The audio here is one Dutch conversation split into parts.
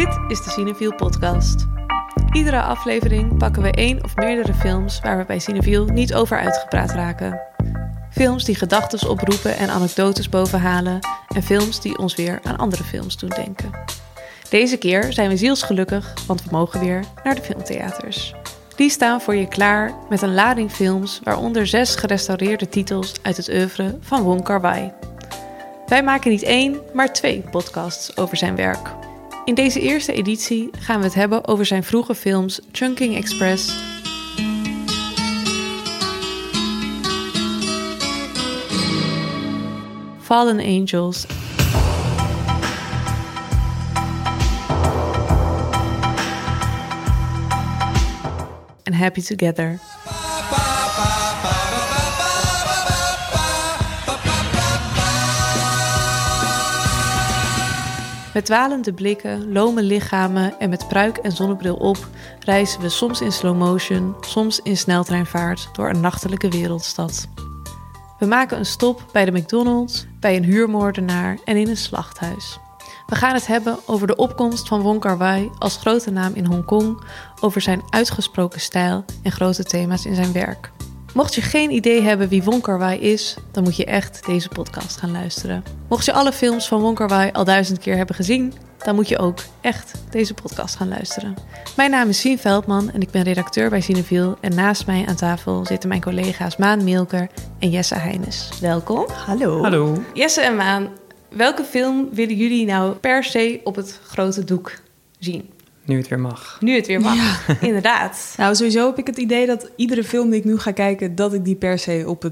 Dit is de Cinefiel podcast. Iedere aflevering pakken we 1 of meerdere films waar we bij Cinefiel niet over uitgepraat raken. Films die gedachtes oproepen en anekdotes bovenhalen en films die ons weer aan andere films doen denken. Deze keer zijn we zielsgelukkig, want we mogen weer naar de filmtheaters. Die staan voor je klaar met een lading films, waaronder 6 gerestaureerde titels uit het oeuvre van Wong Kar-wai. Wij maken niet 1, maar 2 podcasts over zijn werk. In deze eerste editie gaan we het hebben over zijn vroege films Chungking Express, Fallen Angels en Happy Together. Met dwalende blikken, lome lichamen en met pruik en zonnebril op reizen we soms in slow motion, soms in sneltreinvaart door een nachtelijke wereldstad. We maken een stop bij de McDonald's, bij een huurmoordenaar en in een slachthuis. We gaan het hebben over de opkomst van Wong Kar-wai als grote naam in Hongkong, over zijn uitgesproken stijl en grote thema's in zijn werk. Mocht je geen idee hebben wie Wong Kar-wai is, dan moet je echt deze podcast gaan luisteren. Mocht je alle films van Wong Kar-wai al 1000 keer hebben gezien, dan moet je ook echt deze podcast gaan luisteren. Mijn naam is Sien Veldman en ik ben redacteur bij Cinefiel. En naast mij aan tafel zitten mijn collega's Maan Mielker en Jesse Heines. Welkom. Hallo. Hallo. Jesse en Maan, welke film willen jullie nou per se op het grote doek zien? Nu het weer mag. Nu het weer mag, ja. Inderdaad. Nou, sowieso heb ik het idee dat iedere film die ik nu ga kijken, dat ik die per se op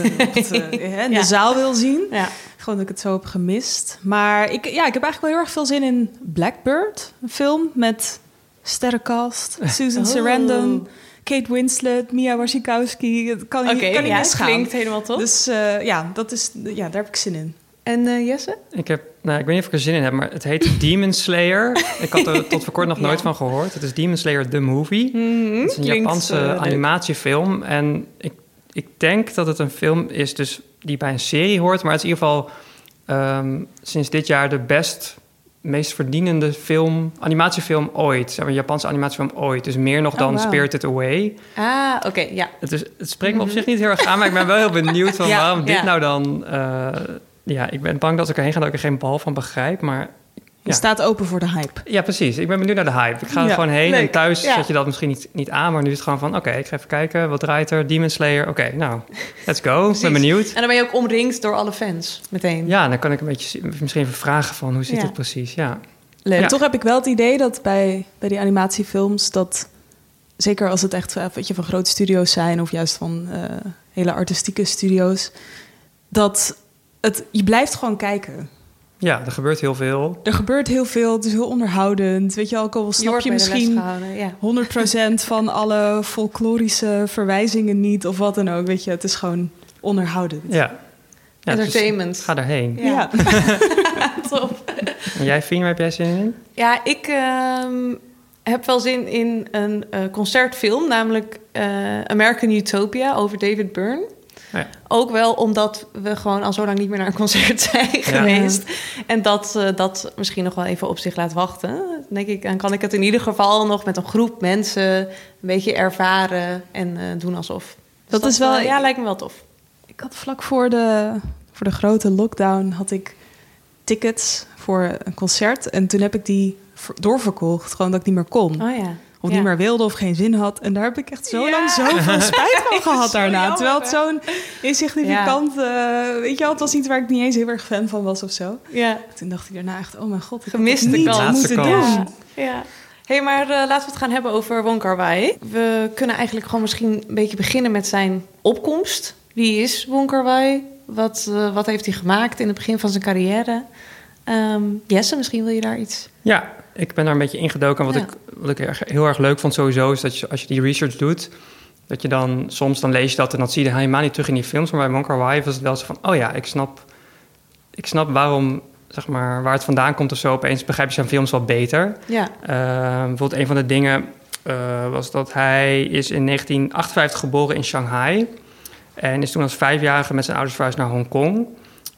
in de zaal wil zien. Ja. Gewoon dat ik het zo heb gemist. Maar ik heb eigenlijk wel heel erg veel zin in Blackbird. Een film met sterrencast, Susan Sarandon, Kate Winslet, Mia Wasikowski. Het kan niet misgaan. Klinkt helemaal top. Dus daar heb ik zin in. En Jesse? Ik weet niet of ik er zin in heb, maar het heet Demon Slayer. Ik had er tot voor kort nog nooit van gehoord. Het is Demon Slayer The Movie. Mm-hmm. Het is een Japanse animatiefilm. En ik denk dat het een film is dus die bij een serie hoort. Maar het is in ieder geval sinds dit jaar de meest verdienende animatiefilm ooit. Een Japanse animatiefilm ooit. Dus meer nog dan Spirited Away. Ah, oké, ja. Het spreekt me op zich niet heel erg aan, maar ik ben wel heel benieuwd van waarom dit nou dan... ik ben bang dat ik erheen ga dat ik er geen bal van begrijp, maar... Je staat open voor de hype. Ja, precies. Ik ben benieuwd naar de hype. Ik ga er gewoon heen en thuis zet je dat misschien niet aan, maar nu is het gewoon van, oké, ik ga even kijken, wat draait er? Demon Slayer, oké, nou, let's go. Ik ben benieuwd. En dan ben je ook omringd door alle fans, meteen. Ja, dan kan ik een beetje misschien even vragen van, hoe zit het precies? Ja. Leuk. Ja. Toch heb ik wel het idee dat bij die animatiefilms, dat zeker als het echt van grote studio's zijn of juist van hele artistieke studio's, dat je blijft gewoon kijken. Ja, er gebeurt heel veel. Het is heel onderhoudend. Weet je, ook al snap je misschien 100% van alle folklorische verwijzingen niet of wat dan ook. Weet je, het is gewoon onderhoudend. Ja. Entertainment. Dus ga daarheen. Ja. Top. En jij, Fien, waar heb jij zin in? Ja, ik heb wel zin in een concertfilm, namelijk American Utopia over David Byrne. Ja. Ook wel omdat we gewoon al zo lang niet meer naar een concert zijn geweest. En dat misschien nog wel even op zich laat wachten. Denk ik, dan kan ik het in ieder geval nog met een groep mensen een beetje ervaren en doen alsof. Dus dat is wel, lijkt me wel tof. Ik had vlak voor de grote lockdown had ik tickets voor een concert. En toen heb ik die doorverkocht, gewoon dat ik niet meer kon. Oh ja. Of niet meer wilde of geen zin had. En daar heb ik echt zo lang zoveel spijt van gehad daarna. Jammer, terwijl het zo'n insignificant... weet je wel, het was iets waar ik niet eens heel erg fan van was of zo. Ja. Toen dacht ik daarna echt, oh mijn god, ik gemiste had het niet moeten doen. Ja. Hey, maar laten we het gaan hebben over Wong Kar-wai. We kunnen eigenlijk gewoon misschien een beetje beginnen met zijn opkomst. Wie is Wong Kar-wai? Wat heeft hij gemaakt in het begin van zijn carrière? Jesse, misschien wil je daar iets... Ja, ik ben daar een beetje ingedoken. En wat ik heel erg leuk vond sowieso... is dat als je die research doet... dat je dan soms lees je dat... en dan zie je helemaal niet terug in die films. Maar bij Wong Kar-wai was het wel zo van... oh ja, ik snap waarom... zeg maar, waar het vandaan komt of zo... opeens begrijp je zijn films wel beter. Ja. Bijvoorbeeld een van de dingen... was dat hij is in 1958 geboren in Shanghai... en is toen als 5-jarige met zijn ouders verhuisd naar Hongkong...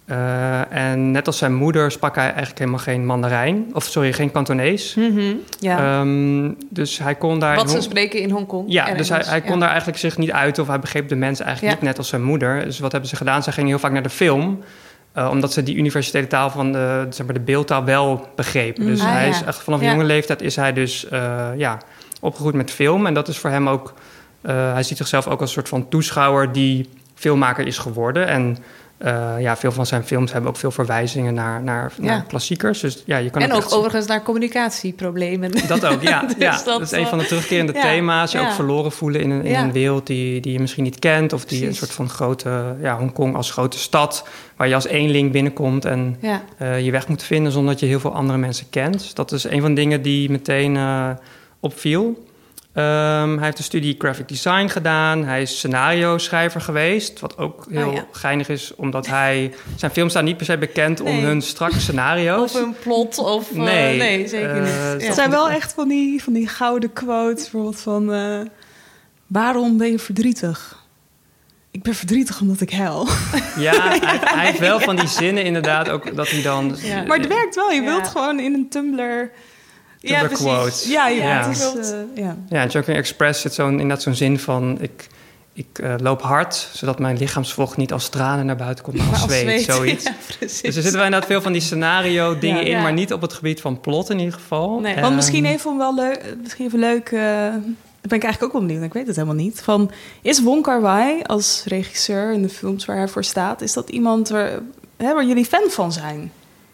En net als zijn moeder sprak hij eigenlijk helemaal geen Mandarijn. Geen Kantonees. Dus hij kon daar... Wat ze spreken in Hongkong. Ja, dus hij kon daar eigenlijk zich niet uiten... of hij begreep de mensen eigenlijk niet, net als zijn moeder. Dus wat hebben ze gedaan? Ze gingen heel vaak naar de film... omdat ze die universele taal van de beeldtaal wel begrepen. Dus hij is echt vanaf jonge leeftijd is hij dus opgegroeid met film. En dat is voor hem ook... hij ziet zichzelf ook als een soort van toeschouwer... die filmmaker is geworden. En veel van zijn films hebben ook veel verwijzingen naar klassiekers. Dus, je kan en ook overigens naar communicatieproblemen. Dat ook, dus dat is een van de terugkerende thema's. Je ook verloren voelen in een wereld die je misschien niet kent. Of die een soort van grote... Hongkong als grote stad... waar je als eenling binnenkomt en je weg moet vinden... zonder dat je heel veel andere mensen kent. Dus dat is een van de dingen die meteen opviel. Hij heeft een studie graphic design gedaan. Hij is scenario-schrijver geweest. Wat ook heel geinig is, omdat zijn films staan niet per se bekend om hun strakke scenario's. Of een plot. Of, nee, zeker niet. Het zijn wel echt van die gouden quotes. Bijvoorbeeld van... waarom ben je verdrietig? Ik ben verdrietig omdat ik huil. Ja, hij heeft wel van die zinnen inderdaad ook dat hij dan... Ja. Maar het werkt wel. Je wilt gewoon in een Tumblr... quotes. En Chungking Express zit inderdaad zo'n zin van... Ik loop hard, zodat mijn lichaamsvocht niet als tranen naar buiten komt... maar als zweet, zoiets. Ja, dus er zitten wel inderdaad veel van die scenario-dingen in... maar niet op het gebied van plot in ieder geval. Nee. Want misschien even leuk... daar ben ik eigenlijk ook wel benieuwd, ik weet het helemaal niet. Is Wong Kar-wai als regisseur in de films waar hij voor staat... is dat iemand waar jullie fan van zijn?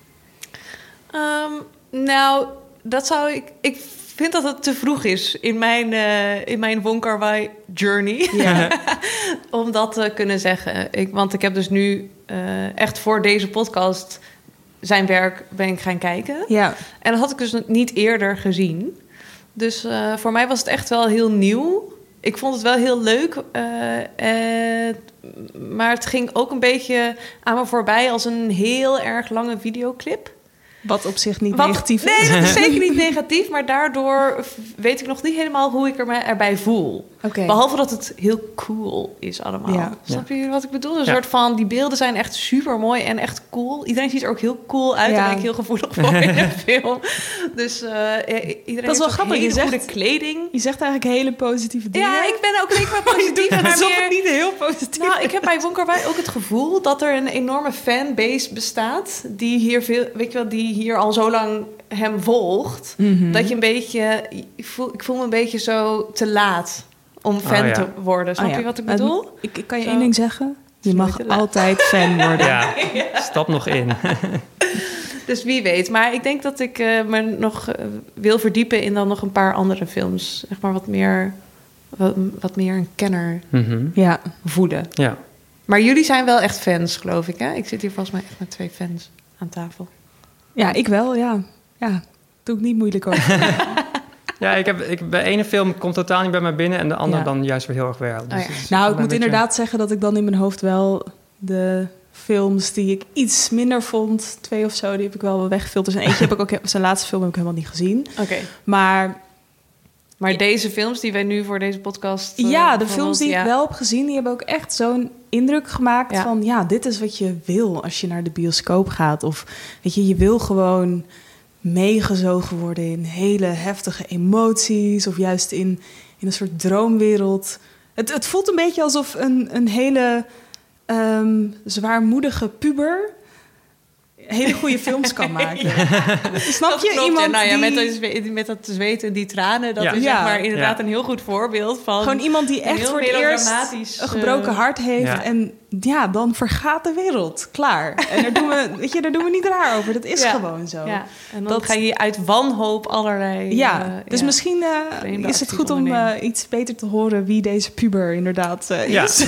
Dat zou ik... Ik vind dat het te vroeg is in mijn Wong Kar-wai journey. Ja. Om dat te kunnen zeggen. Want ik heb dus nu echt voor deze podcast... zijn werk ben ik gaan kijken. Ja. En dat had ik dus niet eerder gezien. Dus voor mij was het echt wel heel nieuw. Ik vond het wel heel leuk. Maar het ging ook een beetje aan me voorbij... als een heel erg lange videoclip. Wat op zich niet negatief is. Nee, dat is zeker niet negatief. Maar daardoor weet ik nog niet helemaal hoe ik erbij voel. Okay. Behalve dat het heel cool is allemaal. Ja. Snap je wat ik bedoel? Een soort van, die beelden zijn echt super mooi en echt cool. Iedereen ziet er ook heel cool uit. En daar ben ik heel gevoelig voor in de film. Dus iedereen dat is wel grappig. Je zegt goede kleding. Je zegt eigenlijk hele positieve dingen. Ja, ik ben ook zeker wel positief. Maar het is niet heel positief. Nou, ik heb bij Wong Kar-wai ook het gevoel... dat er een enorme fanbase bestaat... die hier al zo lang hem volgt... dat je een beetje... Ik voel me een beetje zo te laat... om fan te worden. Snap je wat ik bedoel? Ik kan je één ding zeggen. Je mag altijd fan worden. Ja, stap nog in. Dus wie weet. Maar ik denk dat ik me nog wil verdiepen... in dan nog een paar andere films. Zeg maar wat meer een kenner voeden. Ja. Maar jullie zijn wel echt fans, geloof ik, hè? Ik zit hier volgens mij echt met 2 fans aan tafel. Ja, ik wel, ja. Doe ik niet moeilijk over. Ja, bij ene film komt totaal niet bij mij binnen... en de andere dan juist weer heel erg wel. Dus ik moet inderdaad zeggen dat ik dan in mijn hoofd wel... de films die ik iets minder vond, 2 of zo... die heb ik wel weggefilterd. En eentje heb ik ook... zijn laatste film heb ik helemaal niet gezien. Oké. Maar deze films die wij nu voor deze podcast... de films die ik wel heb gezien... die hebben ook echt zo'n indruk gemaakt van... dit is wat je wil als je naar de bioscoop gaat. Of weet je wil gewoon meegezogen worden in hele heftige emoties... of juist in een soort droomwereld. Het voelt een beetje alsof een hele zwaarmoedige puber... hele goede films kan maken. Snap je? Klopt, iemand met dat zweten en die tranen... dat is zeg maar inderdaad een heel goed voorbeeld van... Gewoon iemand die echt voor het eerst een gebroken hart heeft... Ja. En dan vergaat de wereld. Klaar. En daar doen we niet raar over. Dat is gewoon zo. Ja. En dan ga je uit wanhoop allerlei... Dus misschien is het goed om iets beter te horen... wie deze puber inderdaad is.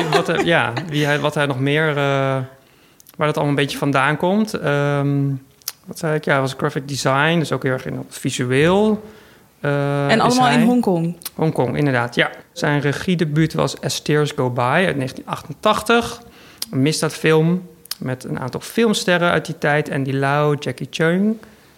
Wat hij nog meer... waar dat allemaal een beetje vandaan komt. Wat zei ik? Ja, was graphic design. Dus ook heel erg in het visueel. En allemaal in Hongkong? Hongkong, inderdaad, ja. Zijn regiedebuut was As Tears Go By uit 1988. Een misdaadfilm met een aantal filmsterren uit die tijd. Andy Lau, Jackie Cheung.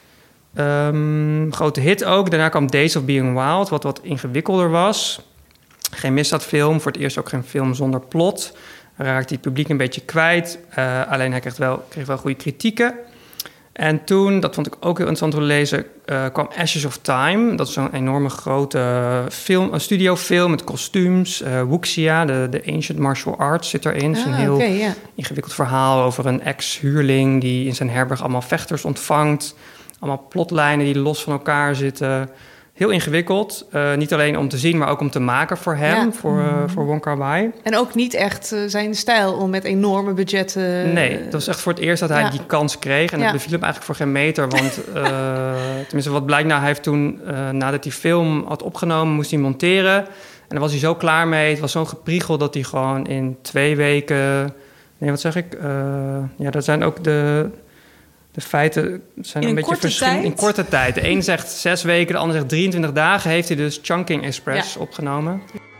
Grote hit ook. Daarna kwam Days of Being Wild, wat ingewikkelder was. Geen misdaadfilm. Voor het eerst ook geen film zonder plot. raakt hij het publiek een beetje kwijt. Alleen hij kreeg wel goede kritieken. En toen, dat vond ik ook heel interessant om te lezen, kwam Ashes of Time. Dat is zo'n enorme grote film, een studiofilm met kostuums. Wuxia, de Ancient Martial Arts, zit erin. Het is een heel ingewikkeld verhaal over een ex-huurling die in zijn herberg allemaal vechters ontvangt. Allemaal plotlijnen die los van elkaar zitten. Heel ingewikkeld. Niet alleen om te zien, maar ook om te maken voor hem, voor Wong Kar-wai. En ook niet echt zijn stijl om met enorme budgetten... Nee, dat was echt voor het eerst dat hij die kans kreeg. En dat beviel hem eigenlijk voor geen meter. Want tenminste, wat blijkt nou, hij heeft toen, nadat hij die film had opgenomen, moest hij monteren. En daar was hij zo klaar mee. Het was zo'n gepriegel dat hij gewoon in 2 weken... Nee, wat zeg ik? Dat zijn ook de feiten zijn een beetje verschillend. In korte tijd. De een zegt 6 weken, de ander zegt 23 dagen. Heeft hij dus Chungking Express opgenomen.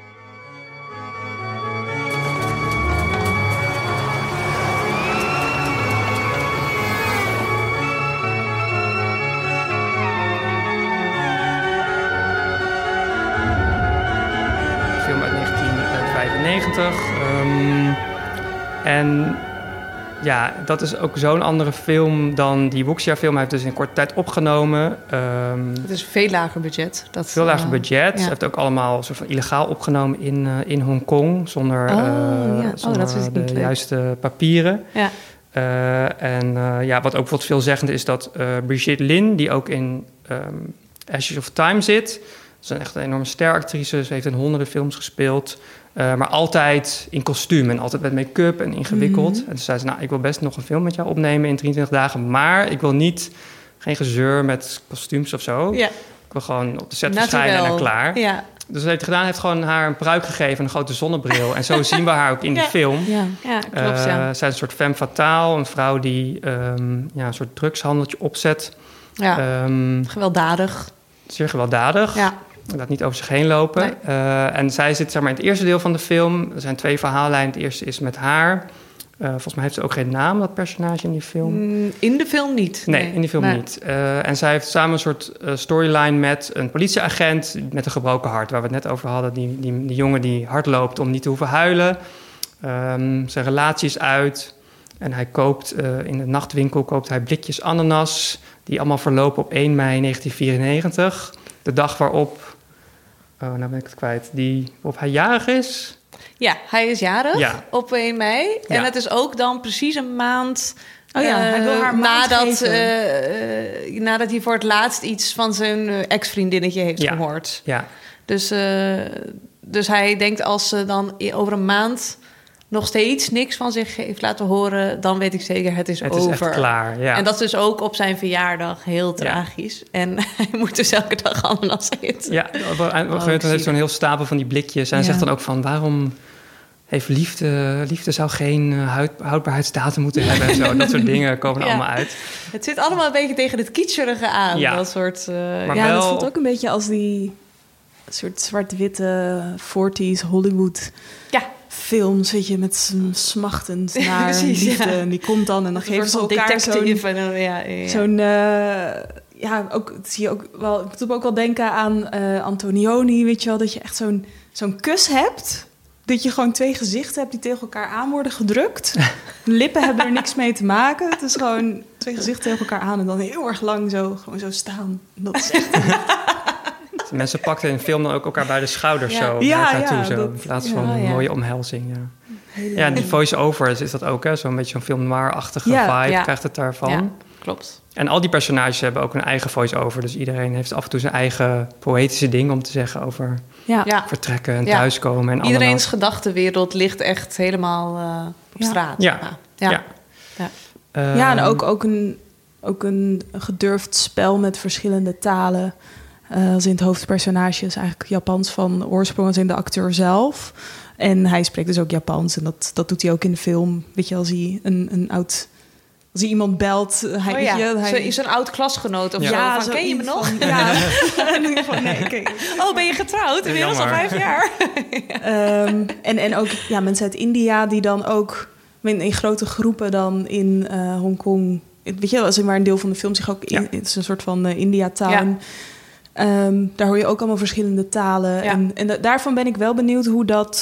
Film uit 1995. En ja, dat is ook zo'n andere film dan die Wuxia-film. Hij heeft dus in korte tijd opgenomen. Het is een veel lager budget. Veel lager budget. Hij heeft ook allemaal soort van illegaal opgenomen in Hongkong. Zonder, zonder de juiste papieren. Ja. Wat ook wat veelzeggend is dat Brigitte Lin, die ook in Ashes of Time zit. Dat is echt een enorme steractrice. Ze heeft in honderden films gespeeld. Maar altijd in kostuum en altijd met make-up en ingewikkeld. En toen zei ze, ik wil best nog een film met jou opnemen in 23 dagen... maar ik wil geen gezeur met kostuums of zo. Ja. Ik wil gewoon op de set verschijnen en dan klaar. Ja. Dus wat heeft gedaan, heeft gewoon haar een pruik gegeven... en een grote zonnebril. En zo zien we haar ook in die film. Ja, klopt, zij is een soort femme fatale, een vrouw die een soort drugshandeltje opzet. Ja, gewelddadig. Zeer gewelddadig. Ja. Laat niet over zich heen lopen. Nee. En zij zit zeg maar in het eerste deel van de film. Er zijn 2 verhaallijnen. Het eerste is met haar. Volgens mij heeft ze ook geen naam, dat personage in die film. In de film niet. Nee, in die film niet. En zij heeft samen een soort storyline met een politieagent met een gebroken hart. Waar we het net over hadden. Die jongen die hard loopt om niet te hoeven huilen. Zijn relatie is uit. En hij koopt in de nachtwinkel blikjes ananas. Die allemaal verlopen op 1 mei 1994. De dag waarop... nou ben ik het kwijt. Waarop hij jarig is. Ja, hij is jarig op 1 mei. Ja. En het is ook dan precies een maand... hij wil haar nadat hij voor het laatst iets van zijn ex-vriendinnetje heeft gehoord. Ja. Dus hij denkt, als ze dan over een maand nog steeds niks van zich heeft laten horen... dan weet ik zeker, het is over. Het is echt klaar, ja. En dat is dus ook op zijn verjaardag heel tragisch. En hij moet dus elke dag ananas eten. Ja, op een gegeven moment heeft zo'n heel stapel van die blikjes. En hij zegt dan ook van, waarom heeft liefde zou geen houdbaarheidsdatum moeten hebben en zo. Dat soort dingen komen er allemaal uit. Het zit allemaal een beetje tegen het kitscherige aan. Ja. Dat soort... maar wel... dat voelt ook een beetje als die soort zwart-witte 40s Hollywood... films, weet je, met smachtend naar liefde. En die komt dan en dan geven ze elkaar zo'n... ook, dat zie je ook wel... Ik moet ook wel denken aan Antonioni, weet je wel, dat je echt zo'n kus hebt... dat je gewoon 2 gezichten hebt die tegen elkaar aan worden gedrukt. De lippen hebben er niks mee te maken. Het is gewoon 2 gezichten tegen elkaar aan... en dan heel erg lang zo staan. Dat is echt... Mensen pakten in de film dan ook elkaar bij de schouders zo. In plaats van een mooie omhelzing. Ja, die voice-overs is dat ook, hè? Zo'n beetje zo'n film noir-achtige vibe krijgt het daarvan. Ja, klopt. En al die personages hebben ook een eigen voice-over. Dus iedereen heeft af en toe zijn eigen poëtische ding om te zeggen over vertrekken en thuiskomen. En iedereen's gedachtenwereld ligt echt helemaal op straat. En ook een gedurfd spel met verschillende talen... als in het hoofdpersonage is eigenlijk Japans van oorsprong als in de acteur zelf. En hij spreekt dus ook Japans. En dat doet hij ook in de film. Weet je, als hij als hij iemand belt... Hij is een oud klasgenoot of zo. Van, ken je me nog? Ben je getrouwd? Inmiddels al 5 jaar. En ook mensen uit India die dan ook... in grote groepen dan in Hongkong... Weet je, als maar een deel van de film zich ook... het is een soort van India-town... Daar hoor je ook allemaal verschillende talen. Ja. En daarvan ben ik wel benieuwd hoe dat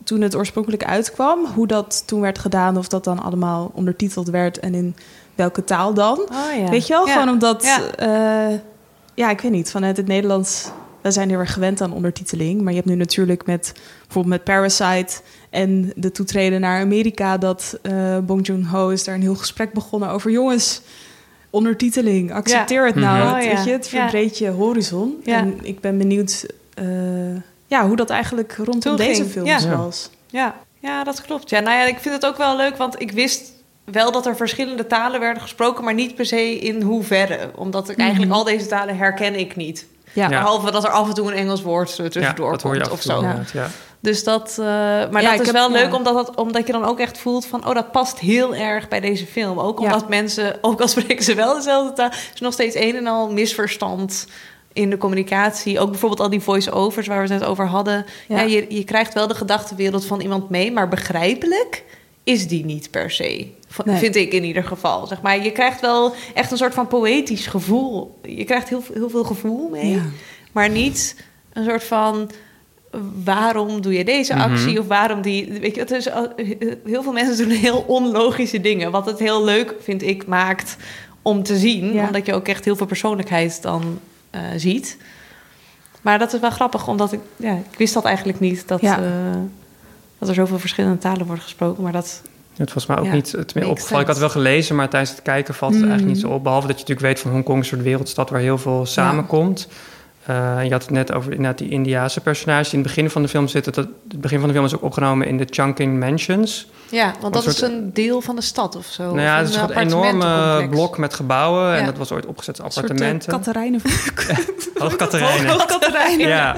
toen het oorspronkelijk uitkwam, hoe dat toen werd gedaan, of dat dan allemaal ondertiteld werd en in welke taal dan. Oh, ja. Weet je wel? Ja. Gewoon omdat, Ja. ik weet niet, vanuit het Nederlands, wij zijn heel erg gewend aan ondertiteling. Maar je hebt nu natuurlijk bijvoorbeeld met Parasite en de toetreden naar Amerika, dat Bong Joon-ho is daar een heel gesprek begonnen over, jongens, ondertiteling, accepteer het nou. Mm-hmm. Weet je, het verbreedt je horizon. Ja. En ik ben benieuwd hoe dat eigenlijk rondom Toen deze ging. films was. Ja, dat klopt. Ja, nou ja, ik vind het ook wel leuk, want ik wist wel dat er verschillende talen werden gesproken, maar niet per se in hoeverre. Omdat ik eigenlijk al deze talen herken ik niet. Ja. Behalve dat er af en toe een Engels woord tussendoor dat hoor je komt of zo. Ja. Dus dat, maar dat is wel leuk, omdat je dan ook echt voelt van, oh, dat past heel erg bij deze film. Ook omdat mensen, ook al spreken ze wel dezelfde taal, is nog steeds een en al misverstand in de communicatie. Ook bijvoorbeeld al die voice-overs waar we het net over hadden. Ja. Je krijgt wel de gedachtenwereld van iemand mee, maar begrijpelijk is die niet per se. Vind ik in ieder geval. Zeg maar, je krijgt wel echt een soort van poëtisch gevoel. Je krijgt heel veel gevoel mee, maar niet een soort van, waarom doe je deze actie of waarom die. Weet je, het is, heel veel mensen doen heel onlogische dingen, wat het heel leuk, vind ik, maakt om te zien, omdat je ook echt heel veel persoonlijkheid dan ziet. Maar dat is wel grappig, omdat ik wist dat eigenlijk niet, dat er zoveel verschillende talen worden gesproken, maar dat. Het was mij ook niet het meer opgevallen. Ik had het wel gelezen, maar tijdens het kijken valt het eigenlijk niet zo op. Behalve dat je natuurlijk weet van Hongkong is een soort wereldstad waar heel veel samenkomt. Je had het net over inderdaad die Indiase personages die in het begin van de film zitten. Het begin van de film is ook opgenomen in de Chungking Mansions. Ja, want dat is een deel van de stad of zo. Nou ja, het is een enorme blok met gebouwen. En dat was ooit opgezet als appartementen. Katerijnen. Hoogkaterijnen. Ja.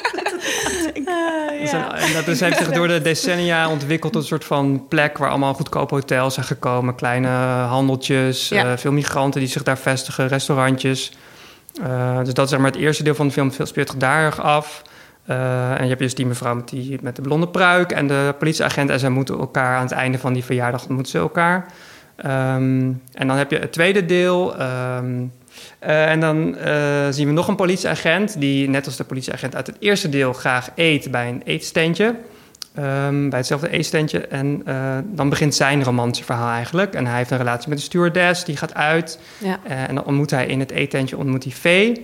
En dat heeft zich door de decennia ontwikkeld tot een soort van plek waar allemaal goedkope hotels zijn gekomen. Kleine handeltjes, veel migranten die zich daar vestigen, restaurantjes. Dus dat is zeg maar het eerste deel van de film, speelt zich daar erg af. En je hebt dus die mevrouw met de blonde pruik en de politieagent. En zij moeten elkaar aan het einde van die verjaardag ontmoeten ze elkaar. En dan heb je het tweede deel. En dan zien we nog een politieagent die, net als de politieagent uit het eerste deel, graag eet bij een eetstandje. Bij hetzelfde eetstandje. En dan begint zijn romantische verhaal eigenlijk. En hij heeft een relatie met de stewardess, die gaat uit. Ja. En dan ontmoet hij in het eetentje Faye.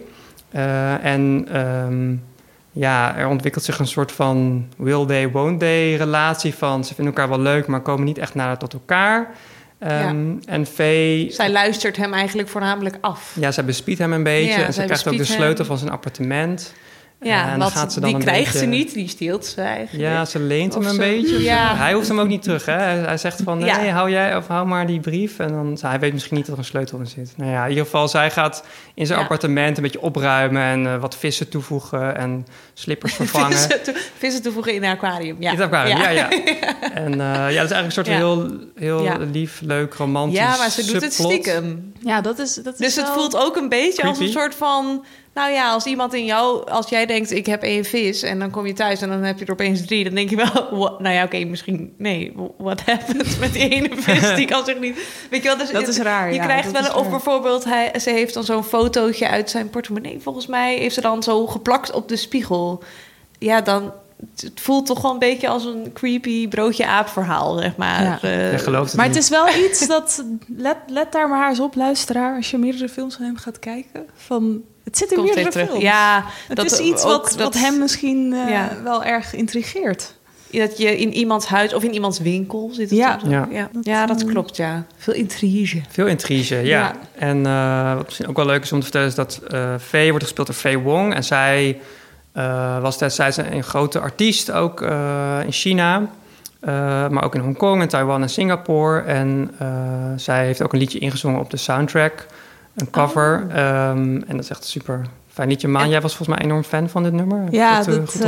Er ontwikkelt zich een soort van will they, won't they relatie van, ze vinden elkaar wel leuk, maar komen niet echt nader tot elkaar. En Faye, zij luistert hem eigenlijk voornamelijk af. Ja, zij bespiedt hem een beetje. En ze krijgt ook de sleutel van zijn appartement. Ja, en dan die krijgt ze niet, die steelt ze eigenlijk. Ja, ze leent hem een beetje. Ja. Hij hoeft hem ook niet terug, hè? Hij zegt van, nee, hou maar die brief. En dan, hij weet misschien niet dat er een sleutel in zit. Nou ja, in ieder geval, zij gaat in zijn appartement een beetje opruimen en wat vissen toevoegen en slippers vervangen. Vissen toevoegen in een aquarium, ja. In het aquarium, ja. En dat is eigenlijk een soort heel lief, leuk, romantisch. Ja, maar ze doet het stiekem. Ja, dat is dus het voelt ook een beetje creepy. Als een soort van, nou ja, als iemand in jou, als jij denkt, ik heb 1 vis en dan kom je thuis en dan heb je er opeens 3, dan denk je wel, nou ja, oké, misschien, nee, what happens met die ene vis? Die kan zich niet, weet je wel, dus dat is raar. Je krijgt wel, of bijvoorbeeld, ze heeft dan zo'n fotootje uit zijn portemonnee, volgens mij, heeft ze dan zo geplakt op de spiegel. Ja, dan, het voelt toch wel een beetje als een creepy broodje-aap verhaal, zeg maar. Ja. Gelooft het maar niet. Het is wel iets dat, let daar maar eens op, luisteraar, als je meerdere films van hem gaat kijken, van, het zit in meerdere films. Ja, het is iets wat hem misschien wel erg intrigeert. Dat je in iemands huis of in iemands winkel zit. Dat klopt, ja. Veel intrige. Ja. En wat misschien ook wel leuk is om te vertellen, is dat Faye wordt gespeeld door Faye Wong. En zij was destijds een grote artiest, ook in China. Maar ook in Hongkong en Taiwan en Singapore. En zij heeft ook een liedje ingezongen op de soundtrack. Een cover. En dat is echt een super fijn liedje. Maan, jij was volgens mij enorm fan van dit nummer. Ja,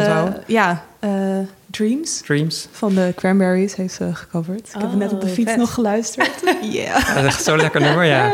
Dreams van de Cranberries heeft ze gecoverd. Ik heb het net op de fiets nog geluisterd. Yeah. Dat is echt zo'n lekker nummer, ja.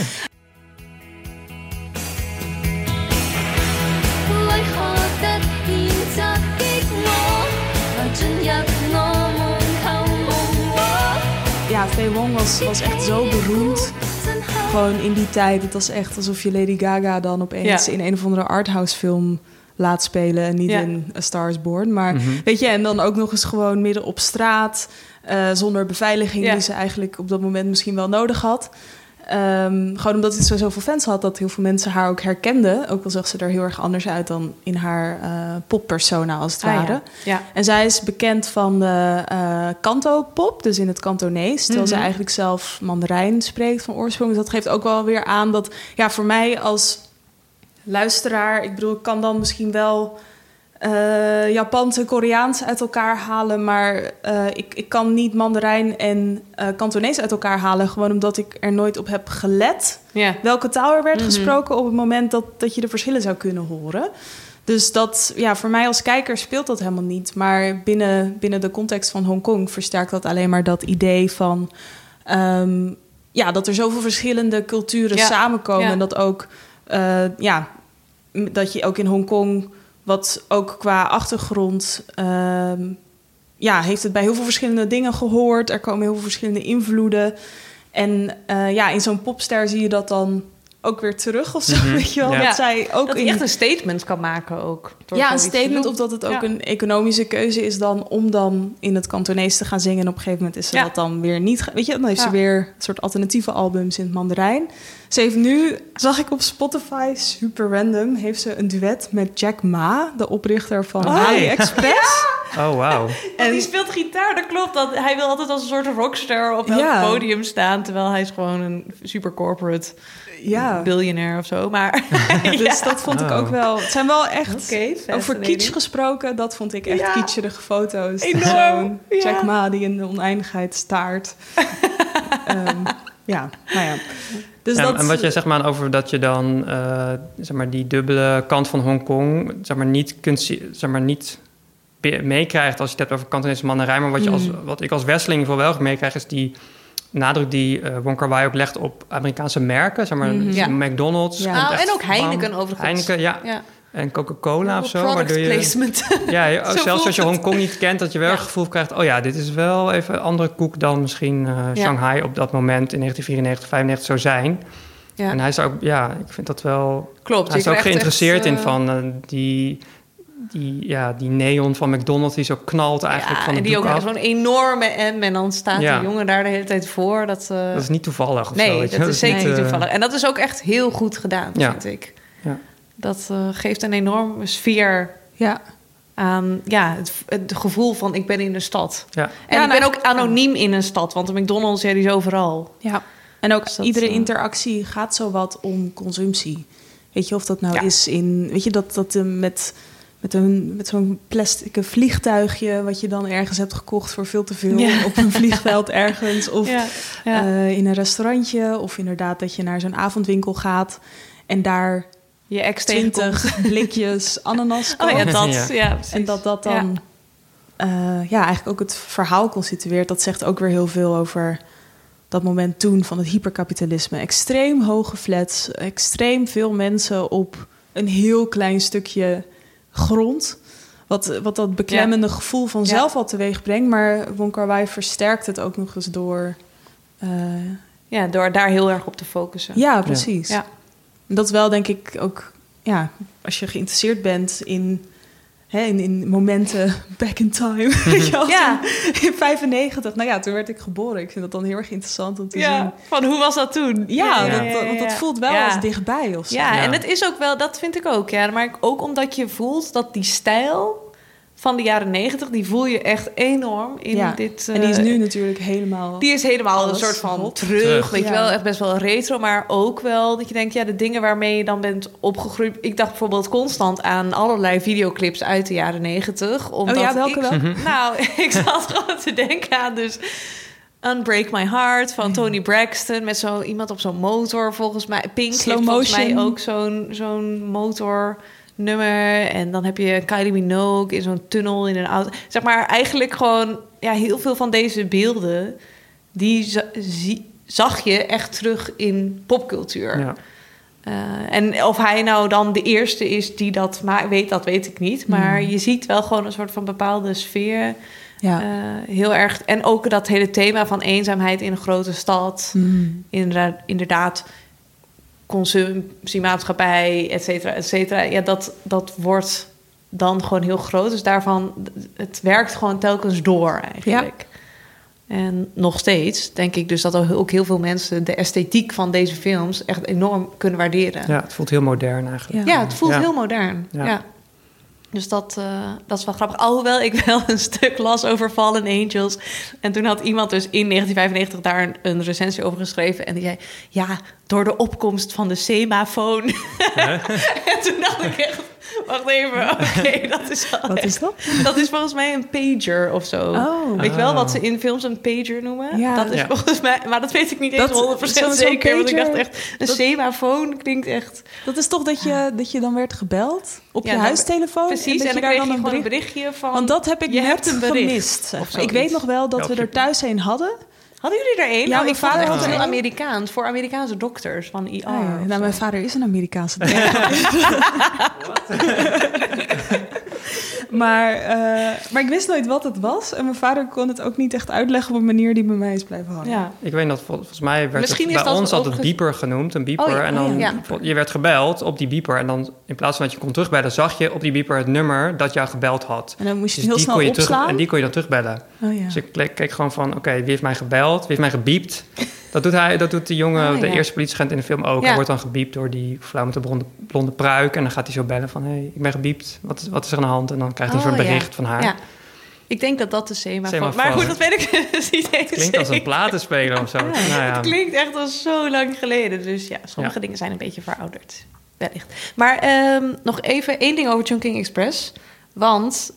Ja, Faye Wong was echt zo beroemd. Gewoon in die tijd. Het was echt alsof je Lady Gaga dan opeens in een of andere arthouse film laat spelen en niet in A Star is Born. Maar weet je, en dan ook nog eens gewoon midden op straat, zonder beveiliging die ze eigenlijk op dat moment misschien wel nodig had. Gewoon omdat het zoveel fans had, dat heel veel mensen haar ook herkenden. Ook al zag ze er heel erg anders uit dan in haar poppersona als het ware. Ja. En zij is bekend van de Kanto-pop, dus in het Kantonees. Terwijl ze eigenlijk zelf Mandarijn spreekt van oorsprong. Dus dat geeft ook wel weer aan dat, ja, voor mij als luisteraar, ik bedoel, ik kan dan misschien wel Japans en Koreaans uit elkaar halen, maar ik kan niet Mandarijn en Kantonees uit elkaar halen, gewoon omdat ik er nooit op heb gelet welke taal er werd gesproken op het moment dat je de verschillen zou kunnen horen. Dus dat, ja, voor mij als kijker speelt dat helemaal niet. Maar binnen de context van Hongkong versterkt dat alleen maar dat idee van dat er zoveel verschillende culturen samenkomen. En dat ook dat je ook in Hongkong, wat ook qua achtergrond, heeft het bij heel veel verschillende dingen gehoord. Er komen heel veel verschillende invloeden. En in zo'n popster zie je dat dan ook weer terug of zo, weet je wel. Ja. Dat zij ook dat echt een statement kan maken ook. Een statement, of dat het ook een economische keuze is dan om dan in het Kantonees te gaan zingen. En op een gegeven moment is ze dat dan weer niet. Weet je, dan heeft ze weer een soort alternatieve albums in het Mandarijn. Ze heeft nu, zag ik op Spotify, super random, heeft ze een duet met Jack Ma, de oprichter van AliExpress. Oh, wow. En die speelt gitaar, dat klopt. Hij wil altijd als een soort rockster op elk podium staan, terwijl hij is gewoon een super corporate biljonair of zo. Maar dus dat vond ik ook wel. Het zijn wel echt, over kitsch gesproken, dat vond ik echt kitscherige foto's. Zo'n Jack Ma die in de oneindigheid staart. Dus en wat jij zegt maar over dat je dan die dubbele kant van Hongkong niet kunt niet meekrijgt als je het hebt over Kantonese Mandarijn, maar wat ik als westerling voor wel meekrijg is die nadruk die Wong Kar-wai ook legt op Amerikaanse merken, McDonald's. Ja. En ook Heineken overigens. Heineken, en Coca-Cola of zo. Product placement. Zelfs als je Hongkong niet kent, dat je wel het gevoel krijgt, dit is wel even een andere koek dan misschien Shanghai op dat moment in 1994, 95 zou zijn. Ja. En hij is ook, ik vind dat wel. Klopt. Hij is ook geïnteresseerd in van die neon van McDonald's die zo knalt eigenlijk van de doek af. En die ook zo'n enorme M en dan staat die jongen daar de hele tijd voor. Dat is niet toevallig of zo. Nee, dat is zeker niet toevallig. En dat is ook echt heel goed gedaan, vind ik. Ja. Dat geeft een enorme sfeer aan het gevoel van ik ben in de stad. Ja. En ik ben ook anoniem in een stad, want de McDonald's die is overal. Ja. En ook iedere interactie gaat zowat om consumptie. Weet je, of dat nou is in, weet je, dat met zo'n plastic vliegtuigje wat je dan ergens hebt gekocht voor veel te veel op een vliegveld ergens, of in een restaurantje, of inderdaad dat je naar zo'n avondwinkel gaat en daar je ex 20 blikjes ananas koopt. En dat dan eigenlijk ook het verhaal constitueert. Dat zegt ook weer heel veel over dat moment toen van het hyperkapitalisme. Extreem hoge flats, extreem veel mensen op een heel klein stukje grond. Wat dat beklemmende gevoel van zelf al teweeg brengt. Maar Wong Kar-wai versterkt het ook nog eens door door daar heel erg op te focussen. Ja, precies. Ja. Dat wel, denk ik, ook als je geïnteresseerd bent in momenten back in time. In 95. Toen werd ik geboren. Ik vind dat dan heel erg interessant om te zien. Van hoe was dat toen? Want dat voelt wel als dichtbij of zo. Ja, en het is ook wel, dat vind ik ook. Ja, maar ook omdat je voelt dat die stijl van de jaren 90, die voel je echt enorm in dit. En die is nu natuurlijk helemaal. Die is helemaal een soort van terug. Weet je wel, echt best wel retro, maar ook wel dat je denkt, de dingen waarmee je dan bent opgegroeid. Ik dacht bijvoorbeeld constant aan allerlei videoclips uit de jaren 90. Welke wel? Nou, ik zat gewoon te denken aan Unbreak My Heart van Toni Braxton met zo iemand op zo'n motor, volgens mij. Pink Slow heeft volgens motion. mij ook zo'n motor nummer. En dan heb je Kylie Minogue in zo'n tunnel in een auto. Zeg maar eigenlijk gewoon heel veel van deze beelden die zag je echt terug in popcultuur. Ja. En of hij nou dan de eerste is die dat weet, dat weet ik niet. Maar je ziet wel gewoon een soort van bepaalde sfeer. Ja. Heel erg. En ook dat hele thema van eenzaamheid in een grote stad. Inderdaad consumptiemaatschappij, et cetera, et cetera. Ja, dat wordt dan gewoon heel groot. Dus daarvan, het werkt gewoon telkens door eigenlijk. Ja. En nog steeds denk ik dus dat er ook heel veel mensen de esthetiek van deze films echt enorm kunnen waarderen. Ja, het voelt heel modern eigenlijk. Ja, het voelt heel modern. Ja. Dus dat is wel grappig. Alhoewel ik wel een stuk las over Fallen Angels. En toen had iemand dus in 1995 daar een recensie over geschreven. En die zei, ja, door de opkomst van de semafoon. En toen dacht ik echt, wacht even, oké, dat is wel Wat is dat? Dat is volgens mij een pager of zo. Oh. Weet je wel wat ze in films een pager noemen? Ja. Dat is volgens mij, maar dat weet ik niet eens 100% zeker. Want ik dacht echt, een semafoon klinkt echt... Dat is toch dat je dan werd gebeld op je huistelefoon? Precies, en dan kreeg je gewoon een berichtje van... Want dat heb ik net gemist. Ik weet nog wel dat we er thuis een hadden. Hadden jullie er een? Ja, mijn vader had een Amerikaans, voor Amerikaanse dokters van IR. Nou, mijn vader is een Amerikaanse dokter. Maar ik wist nooit wat het was. En mijn vader kon het ook niet echt uitleggen op een manier die bij mij is blijven hangen. Ja. Ik weet dat volgens mij werd het bij ons altijd beeper genoemd. Een beeper. En dan je werd gebeld op die beeper. En dan in plaats van dat je kon terugbellen, zag je op die beeper het nummer dat jou gebeld had. En dan moest je heel snel opslaan. En die kon je dan terugbellen. Oh, ja. Dus ik keek gewoon van, oké, wie heeft mij gebeld? Wie heeft mij gebiept? Dat doet de jongen, de eerste politieagent in de film ook. Ja. Hij wordt dan gebiept door die vrouw met de blonde pruik. En dan gaat hij zo bellen van, hey, ik ben gebiept. Wat is er aan de hand? En dan krijgt hij een soort bericht van haar. Ja. Ik denk dat dat de semafoon... Maar goed, dat weet ik dus niet eens. Het klinkt als een platenspeler of zo. Het klinkt echt al zo lang geleden. Dus ja, sommige dingen zijn een beetje verouderd. Wellicht. Maar nog even één ding over Chungking Express. Want...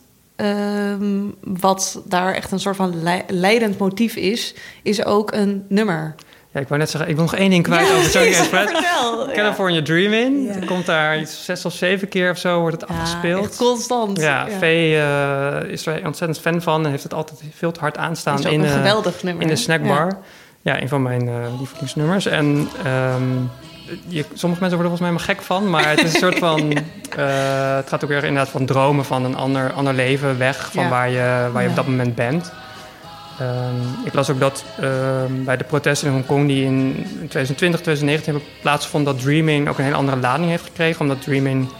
wat daar echt een soort van leidend motief is ook een nummer. Ja, ik wou net zeggen, ik wil nog één ding kwijt over Chungking Express. California Dreaming. Ja. Er komt daar iets 6 of 7 keer of zo wordt het afgespeeld. Echt constant. Ja, Vee is er ontzettend fan van en heeft het altijd veel te hard aanstaan in een geweldig nummer, in de snackbar. Ja, een van mijn lievelingsnummers. En sommige mensen worden volgens mij maar gek van, maar het is een soort van... het gaat ook weer inderdaad van dromen van een ander leven weg van waar je op dat moment bent. Ik las ook dat bij de protesten in Hongkong die in 2020, 2019 hebben plaatsgevonden, dat Dreaming ook een hele andere lading heeft gekregen. Omdat Dreaming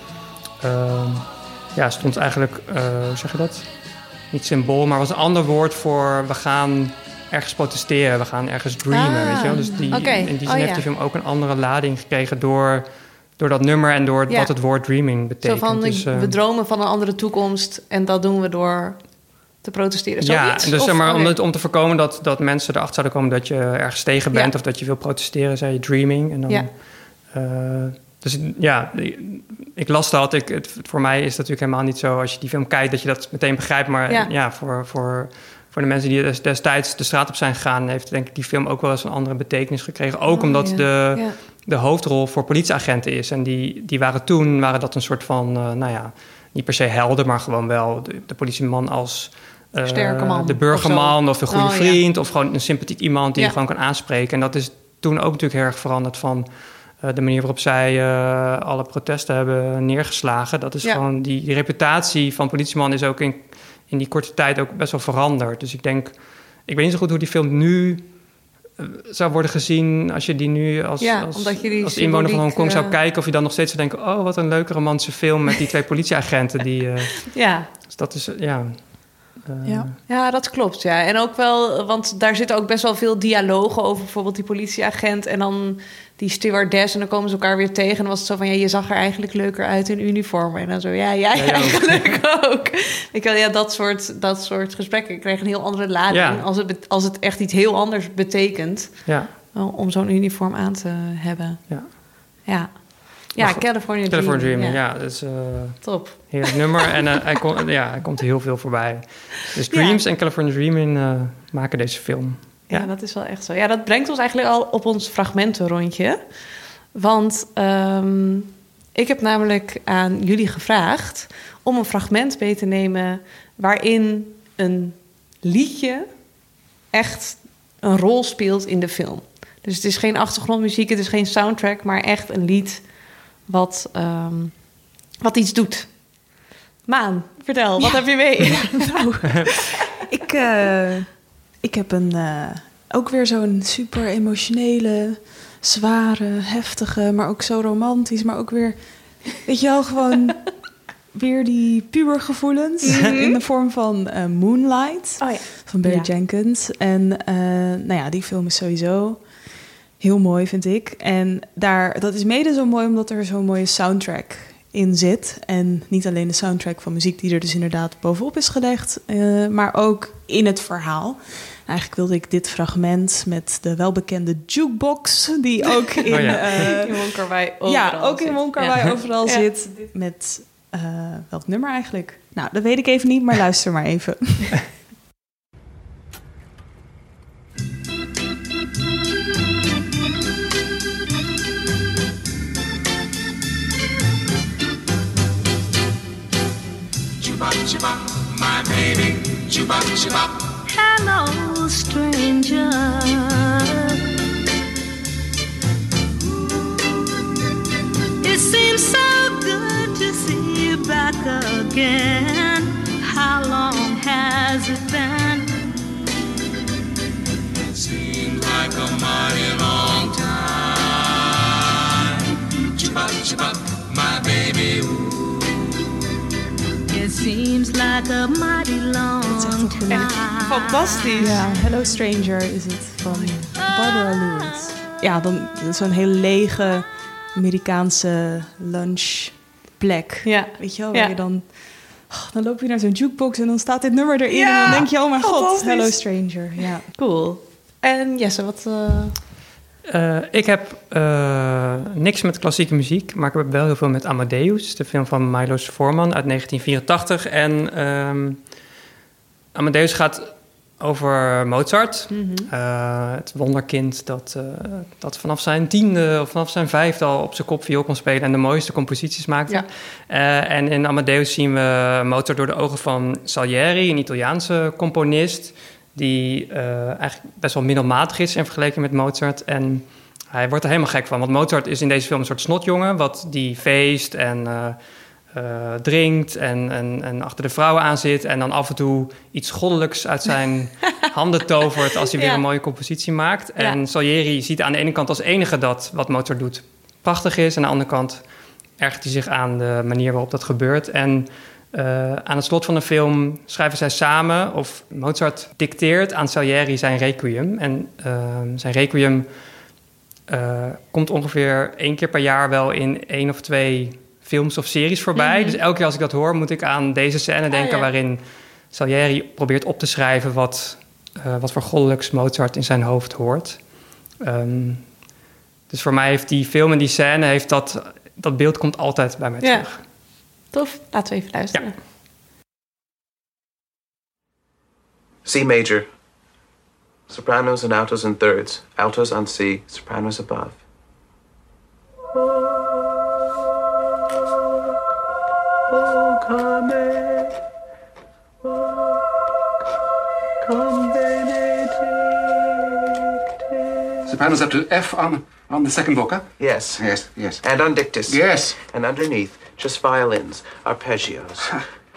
stond eigenlijk, hoe zeg je dat? Niet symbool, maar was een ander woord voor we gaan ergens protesteren, we gaan ergens dreamen, weet je wel. Dus in die zin heeft die film ook een andere lading gekregen door dat nummer en door wat het woord dreaming betekent. Zo van, we dromen van een andere toekomst en dat doen we door te protesteren. Zoiets? Ja, dus zeg maar, om te voorkomen dat mensen erachter zouden komen dat je ergens tegen bent of dat je wil protesteren, zei je dreaming. En dan, dus ja, ik las dat. Voor mij is het natuurlijk helemaal niet zo als je die film kijkt dat je dat meteen begrijpt. Maar voor de mensen die destijds de straat op zijn gegaan, heeft denk ik die film ook wel eens een andere betekenis gekregen. Ook omdat de hoofdrol voor politieagenten is. En die waren dat een soort van, niet per se helden, maar gewoon wel de politieman als sterke man, de burgerman of een goede vriend of gewoon een sympathiek iemand die je gewoon kan aanspreken. En dat is toen ook natuurlijk heel erg veranderd van de manier waarop zij alle protesten hebben neergeslagen. Dat is gewoon die reputatie van politieman is ook in die korte tijd ook best wel veranderd. Dus ik weet niet zo goed hoe die film nu zou worden gezien als je die nu als inwoner van Hongkong zou kijken, of je dan nog steeds zou denken, oh, wat een leuke romantische film met die 2 politieagenten die... Dus dat is, Ja, dat klopt, ja. En ook wel, want daar zitten ook best wel veel dialogen over bijvoorbeeld die politieagent en dan die stewardess en dan komen ze elkaar weer tegen en dan was het zo van, je zag er eigenlijk leuker uit in uniform. En dan zo, jij eigenlijk ook. Dat soort gesprekken kregen een heel andere lading als het echt iets heel anders betekent om zo'n uniform aan te hebben. Ja, California Dreaming. Ja, dat is top. Heerlijk nummer. En hij komt heel veel voorbij. Dus Dreams en California Dreaming maken deze film. Ja, dat is wel echt zo. Ja, dat brengt ons eigenlijk al op ons fragmentenrondje. Want ik heb namelijk aan jullie gevraagd om een fragment mee te nemen waarin een liedje echt een rol speelt in de film. Dus het is geen achtergrondmuziek, het is geen soundtrack, maar echt een lied wat iets doet. Maan, vertel, wat heb je mee? Nou, ik heb ook weer zo'n super emotionele zware, heftige, maar ook zo romantisch, maar ook weer, weet je wel, gewoon weer die pubergevoelens in de vorm van Moonlight van Barry Jenkins. En die film is sowieso heel mooi, vind ik. En dat is mede zo mooi omdat er zo'n mooie soundtrack in zit. En niet alleen de soundtrack van muziek die er dus inderdaad bovenop is gelegd, maar ook in het verhaal. Eigenlijk wilde ik dit fragment met de welbekende jukebox, die ook in Wong Kar-wai overal in Wong Kar-wai overal zit. Met welk nummer eigenlijk? Nou, dat weet ik even niet, maar luister maar even. Chuba, my baby, chuba, chuba. Hello, stranger. It seems so good to see you back again. How long has it been? It seems like a mighty long time. Chuba, chuba, my baby. It seems like a mighty long time. Fantastisch. Ja, Hello Stranger is het van Barbara Lewis. Ja, dan zo'n hele lege Amerikaanse lunchplek. Ja. Weet je wel, waar je dan loop je naar zo'n jukebox en dan staat dit nummer erin. En dan denk je, oh mijn god, Hello Stranger. Ja. Cool. En Jesse, wat... Ik heb niks met klassieke muziek, maar ik heb wel heel veel met Amadeus, de film van Milos Forman uit 1984. En Amadeus gaat over Mozart, het wonderkind dat vanaf zijn 10e of vanaf zijn 5e al op zijn kop viool kon spelen en de mooiste composities maakte. Ja. En in Amadeus zien we Mozart door de ogen van Salieri, een Italiaanse componist, die eigenlijk best wel middelmatig is in vergelijking met Mozart. En hij wordt er helemaal gek van. Want Mozart is in deze film een soort snotjongen, die feest en drinkt en achter de vrouwen aan zit. En dan af en toe iets goddelijks uit zijn handen tovert als hij weer een mooie compositie maakt. Ja. En Salieri ziet aan de ene kant als enige dat wat Mozart doet prachtig is. En aan de andere kant ergert hij zich aan de manier waarop dat gebeurt. En aan het slot van de film schrijven zij samen, of Mozart dicteert aan Salieri zijn requiem. En zijn requiem komt ongeveer 1 keer per jaar wel in 1 of 2 films of series voorbij. Dus elke keer als ik dat hoor, moet ik aan deze scène denken waarin Salieri probeert op te schrijven wat voor goddelijks Mozart in zijn hoofd hoort. Dus voor mij heeft die film en die scène, dat beeld komt altijd bij mij terug. Tof, laten we even luisteren. C major. Sopranos and altos and thirds. Altos on C, sopranos above. Oh, come, come benedicte. Sopranos up to F on the second book, huh? Yes. Yes, yes. And on dictus. Yes. And underneath, just violins, arpeggios.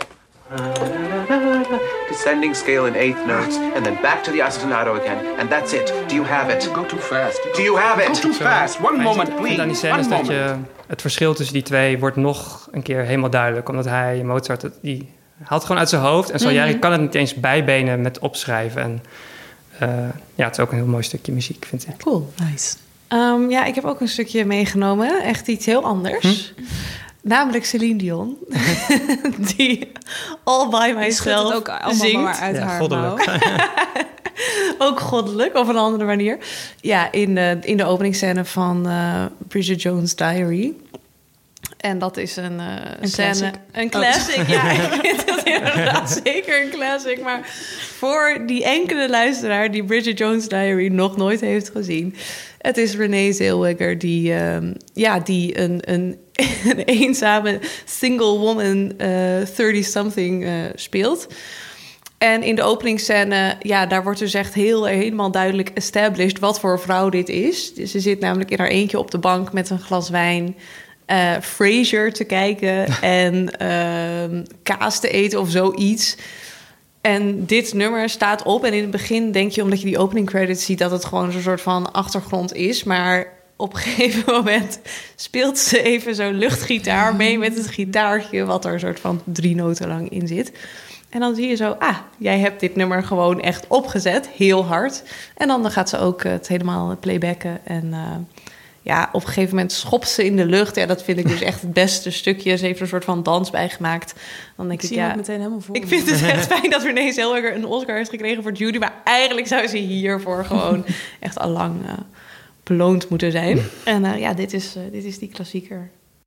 Descending scale in 8th notes, and then back to the ostinato again, and that's it. Do you have it? Go too fast. Do you have it? Go too fast. One moment, please. En die scène is dat het verschil tussen die twee wordt nog een keer helemaal duidelijk. Omdat Mozart, die haalt gewoon uit zijn hoofd. En Salieri kan het niet eens bijbenen met opschrijven. En het is ook een heel mooi stukje muziek, vind ik. Cool, nice. Ik heb ook een stukje meegenomen. Echt iets heel anders. Namelijk Celine Dion. Die All By Myself het ook allemaal zingt. Maar uit haar goddelijk. Ook goddelijk, op een andere manier. Ja, in de openingsscène van Bridget Jones' Diary. En dat is een scène... Classic. Een classic, ja. Ik vind het inderdaad zeker een classic. Maar voor die enkele luisteraar die Bridget Jones' Diary nog nooit heeft gezien... Het is Renee Zellweger die een eenzame single woman 30-something speelt. En in de openingsscène, daar wordt dus echt helemaal duidelijk established wat voor vrouw dit is. Dus ze zit namelijk in haar eentje op de bank met een glas wijn... Frasier te kijken en kaas te eten of zoiets. En dit nummer staat op en in het begin denk je, omdat je die opening credits ziet, dat het gewoon zo'n soort van achtergrond is. Maar op een gegeven moment speelt ze even zo'n luchtgitaar mee met het gitaartje, wat er een soort van 3 noten lang in zit. En dan zie je zo, jij hebt dit nummer gewoon echt opgezet, heel hard. En dan gaat ze ook het helemaal playbacken. En op een gegeven moment schopt ze in de lucht. Ja, dat vind ik dus echt het beste stukje. Ze heeft er een soort van dans bij gemaakt. Dan denk ik zie het meteen helemaal voor. Ik vind het echt fijn dat Renée Zellweger een Oscar heeft gekregen voor Judy. Maar eigenlijk zou ze hiervoor gewoon echt allang beloond moeten zijn. En dit is die klassieker.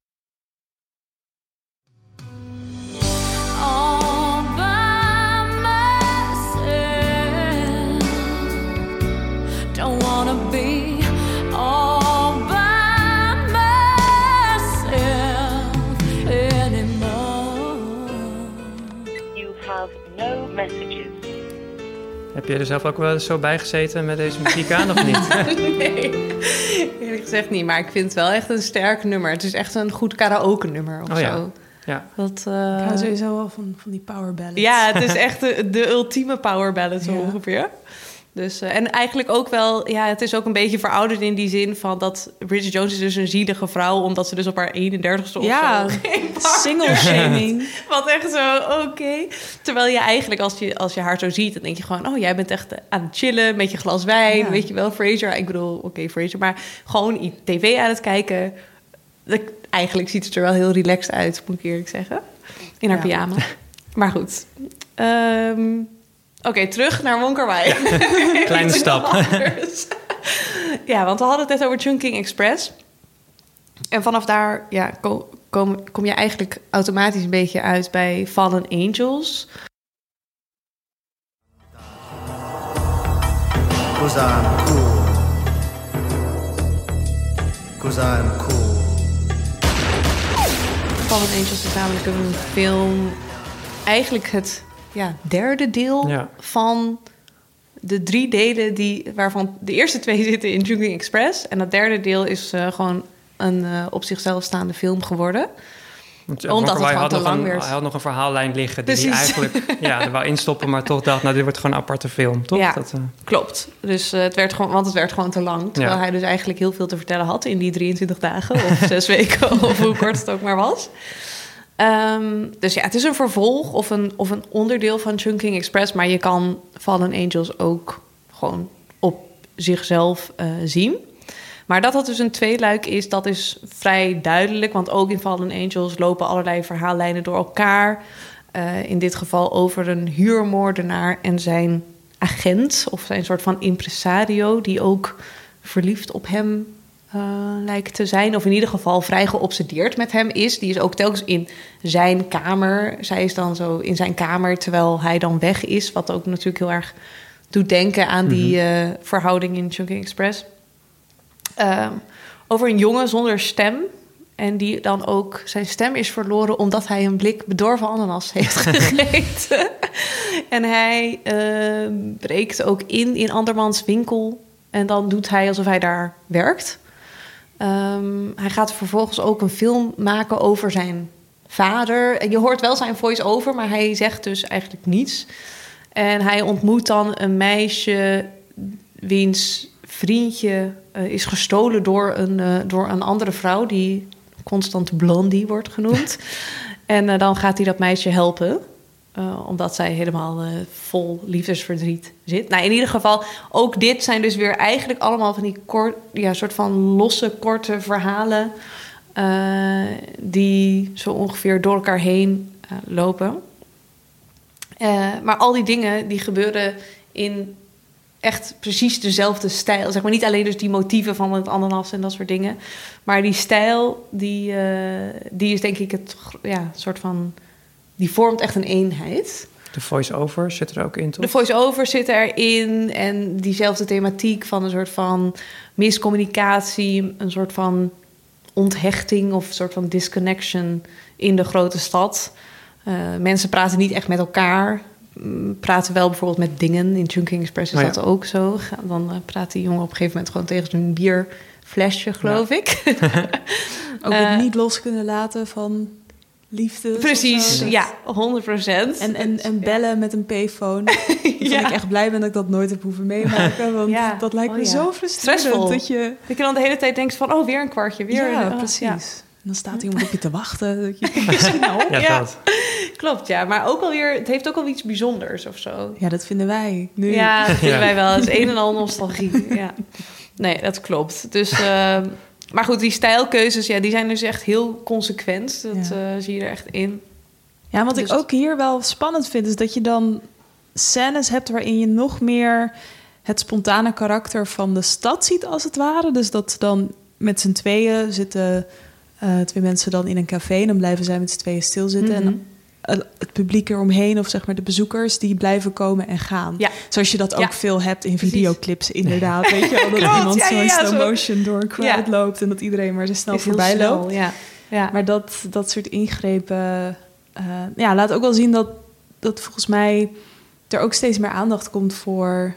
No messages. Heb je er zelf ook wel eens zo bij gezeten met deze muziek aan, of niet? Nee, eerlijk gezegd niet. Maar ik vind het wel echt een sterk nummer. Het is echt een goed karaoke nummer of zo. Ja. Dat, ik hou sowieso wel van die power ballads. Ja, het is echt de ultieme power ballad zo ongeveer. Dus, en eigenlijk ook wel, het is ook een beetje verouderd in die zin van dat Bridget Jones is dus een zielige vrouw, omdat ze dus op haar 31ste of zo single shaming. Wat echt zo, oké. Terwijl je eigenlijk, als je haar zo ziet, dan denk je gewoon, jij bent echt aan het chillen met je glas wijn, weet je wel, Frasier. Ik bedoel, Frasier, maar gewoon tv aan het kijken. Eigenlijk ziet het er wel heel relaxed uit, moet ik eerlijk zeggen. In haar pyjama. Maar goed. Oké, terug naar Wonka Wai. Kleine stap. Ja, want we hadden het net over Chungking Express. En vanaf daar kom je eigenlijk automatisch een beetje uit bij Fallen Angels. Cause I'm cool. Cause I'm cool. Fallen Angels is namelijk een film, eigenlijk het derde deel van de 3 delen waarvan de eerste 2 zitten in Chungking Express. En dat derde deel is gewoon een op zichzelf staande film geworden. Omdat het gewoon te lang werd. Hij had nog een verhaallijn liggen die hij eigenlijk er wou instoppen, maar toch dacht, dit wordt gewoon een aparte film, toch? Ja, klopt. Dus het werd gewoon te lang. Terwijl hij dus eigenlijk heel veel te vertellen had in die 23 dagen of 6 weken of hoe kort het ook maar was. Dus het is een vervolg of een onderdeel van Chungking Express, maar je kan Fallen Angels ook gewoon op zichzelf zien. Maar dat het dus een tweeluik is, dat is vrij duidelijk, want ook in Fallen Angels lopen allerlei verhaallijnen door elkaar. In dit geval over een huurmoordenaar en zijn agent, of zijn soort van impresario, die ook verliefd op hem lijkt te zijn, of in ieder geval vrij geobsedeerd met hem is. Die is ook telkens in zijn kamer. Zij is dan zo in zijn kamer terwijl hij dan weg is, wat ook natuurlijk heel erg doet denken aan die verhouding in Chungking Express. Over een jongen zonder stem. En die dan ook zijn stem is verloren omdat hij een blik bedorven ananas heeft gegeten. En hij breekt ook in andermans winkel. En dan doet hij alsof hij daar werkt. Hij gaat vervolgens ook een film maken over zijn vader. En je hoort wel zijn voice-over, maar hij zegt dus eigenlijk niets. En hij ontmoet dan een meisje wiens vriendje is gestolen door een andere vrouw die constant Blondie wordt genoemd. En dan gaat hij dat meisje helpen, omdat zij helemaal vol liefdesverdriet zit. Nou, in ieder geval, ook dit zijn dus weer eigenlijk allemaal van die soort van losse, korte verhalen die zo ongeveer door elkaar heen lopen. Maar al die dingen die gebeuren in echt precies dezelfde stijl. Zeg maar niet alleen dus die motieven van het ananas en dat soort dingen. Maar die stijl, die is denk ik soort van, die vormt echt een eenheid. De voice-over zit er ook in, toch? De voice-over zit erin en diezelfde thematiek van een soort van miscommunicatie, een soort van onthechting of een soort van disconnection in de grote stad. Mensen praten niet echt met elkaar. Praten wel bijvoorbeeld met dingen. In Chungking Express is dat ook zo. Dan praat die jongen op een gegeven moment gewoon tegen zijn bierflesje, geloof ik. Ook het niet los kunnen laten van liefde. Precies, ja, 100%. En bellen met een payphone. Ik echt blij ben dat ik dat nooit heb hoeven meemaken. Want dat lijkt me zo frustrerend. Stressvol. Dat je dan de hele tijd denkt van, weer een kwartje. Weer precies. Ja. En dan staat iemand op je te wachten. Dat je dat. Klopt, ja. Maar ook alweer, het heeft ook al iets bijzonders of zo. Ja, dat vinden wij nu. Ja, dat vinden wij wel. Het is een en al nostalgie. Ja. Nee, dat klopt. Dus, maar goed, die stijlkeuzes, die zijn dus echt heel consequent. Dat zie je er echt in. Ja, wat ik ook hier wel spannend vind, is dat je dan scènes hebt waarin je nog meer het spontane karakter van de stad ziet, als het ware. Dus dat ze dan met z'n tweeën zitten, 2 mensen dan in een café, en dan blijven zij met z'n tweeën stilzitten. En het publiek eromheen, of zeg maar de bezoekers, die blijven komen en gaan. Ja. Zoals je dat ook veel hebt in videoclips, inderdaad. Weet je wel, dat iemand zo in slow motion door een crowd loopt en dat iedereen maar zo snel voorbij loopt. Ja. Maar dat soort ingrepen laat ook wel zien dat volgens mij er ook steeds meer aandacht komt voor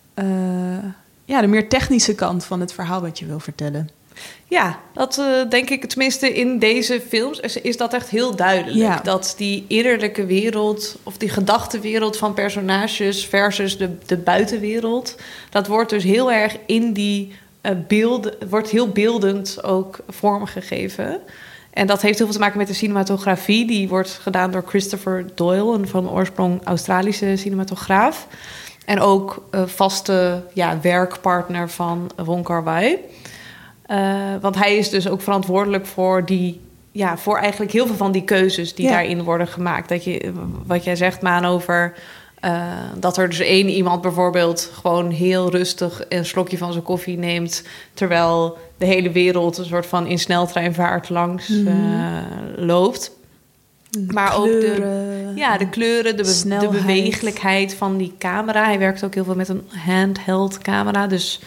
de meer technische kant van het verhaal wat je wil vertellen. Ja, dat denk ik, tenminste in deze films is dat echt heel duidelijk. Ja. Dat die innerlijke wereld of die gedachtenwereld van personages versus de buitenwereld, dat wordt dus heel erg in die beelden, wordt heel beeldend ook vormgegeven. En dat heeft heel veel te maken met de cinematografie. Die wordt gedaan door Christopher Doyle, een van oorsprong Australische cinematograaf. En ook vaste werkpartner van Wong Kar-wai. Want hij is dus ook verantwoordelijk voor voor eigenlijk heel veel van die keuzes die daarin worden gemaakt. Wat jij zegt, Maan, over dat er dus één iemand bijvoorbeeld gewoon heel rustig een slokje van zijn koffie neemt, terwijl de hele wereld een soort van in sneltreinvaart langs loopt. Maar kleuren, ook de kleuren, de bewegelijkheid van die camera. Hij werkt ook heel veel met een handheld camera. Dus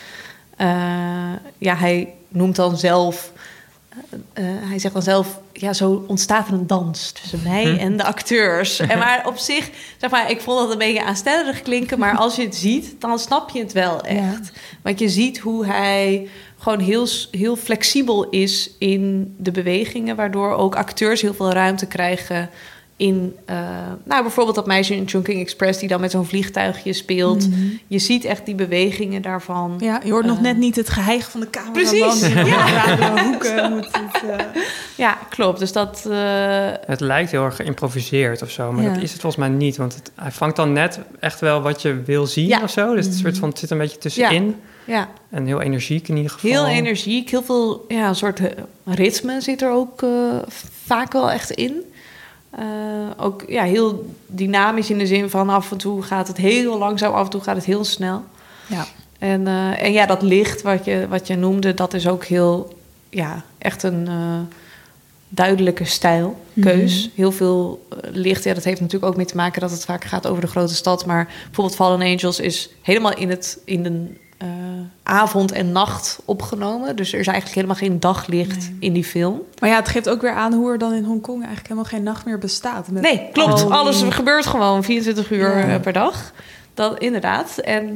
hij noemt dan zelf, hij zegt dan zelf, zo ontstaat er een dans tussen mij en de acteurs. Maar op zich, zeg maar, ik vond dat een beetje aanstellerig klinken, maar als je het ziet, dan snap je het wel echt. Ja. Want je ziet hoe hij gewoon heel, heel flexibel is in de bewegingen, waardoor ook acteurs heel veel ruimte krijgen in, bijvoorbeeld dat meisje in Chungking Express die dan met zo'n vliegtuigje speelt. Mm-hmm. Je ziet echt die bewegingen daarvan. Ja, je hoort nog net niet het geheig van de cameraman. Precies. Hoeken. Ja, klopt. Dus dat het lijkt heel erg geïmproviseerd of zo, maar dat is het volgens mij niet. Want hij vangt dan net echt wel wat je wil zien of zo. Dus het zit een beetje tussenin. Ja. En heel energiek in ieder geval. Heel energiek. Heel veel een soort ritme zit er ook vaak wel echt in. Ook heel dynamisch in de zin van af en toe gaat het heel langzaam, af en toe gaat het heel snel. Ja. En dat licht wat je noemde, dat is ook heel, echt een duidelijke stijlkeus. Mm-hmm. Heel veel licht, dat heeft natuurlijk ook mee te maken dat het vaak gaat over de grote stad. Maar bijvoorbeeld Fallen Angels is helemaal in de avond en nacht opgenomen. Dus er is eigenlijk helemaal geen daglicht in die film. Maar het geeft ook weer aan hoe er dan in Hongkong eigenlijk helemaal geen nacht meer bestaat. Nee, klopt. Alles gebeurt gewoon 24 uur per dag. Dat inderdaad. En,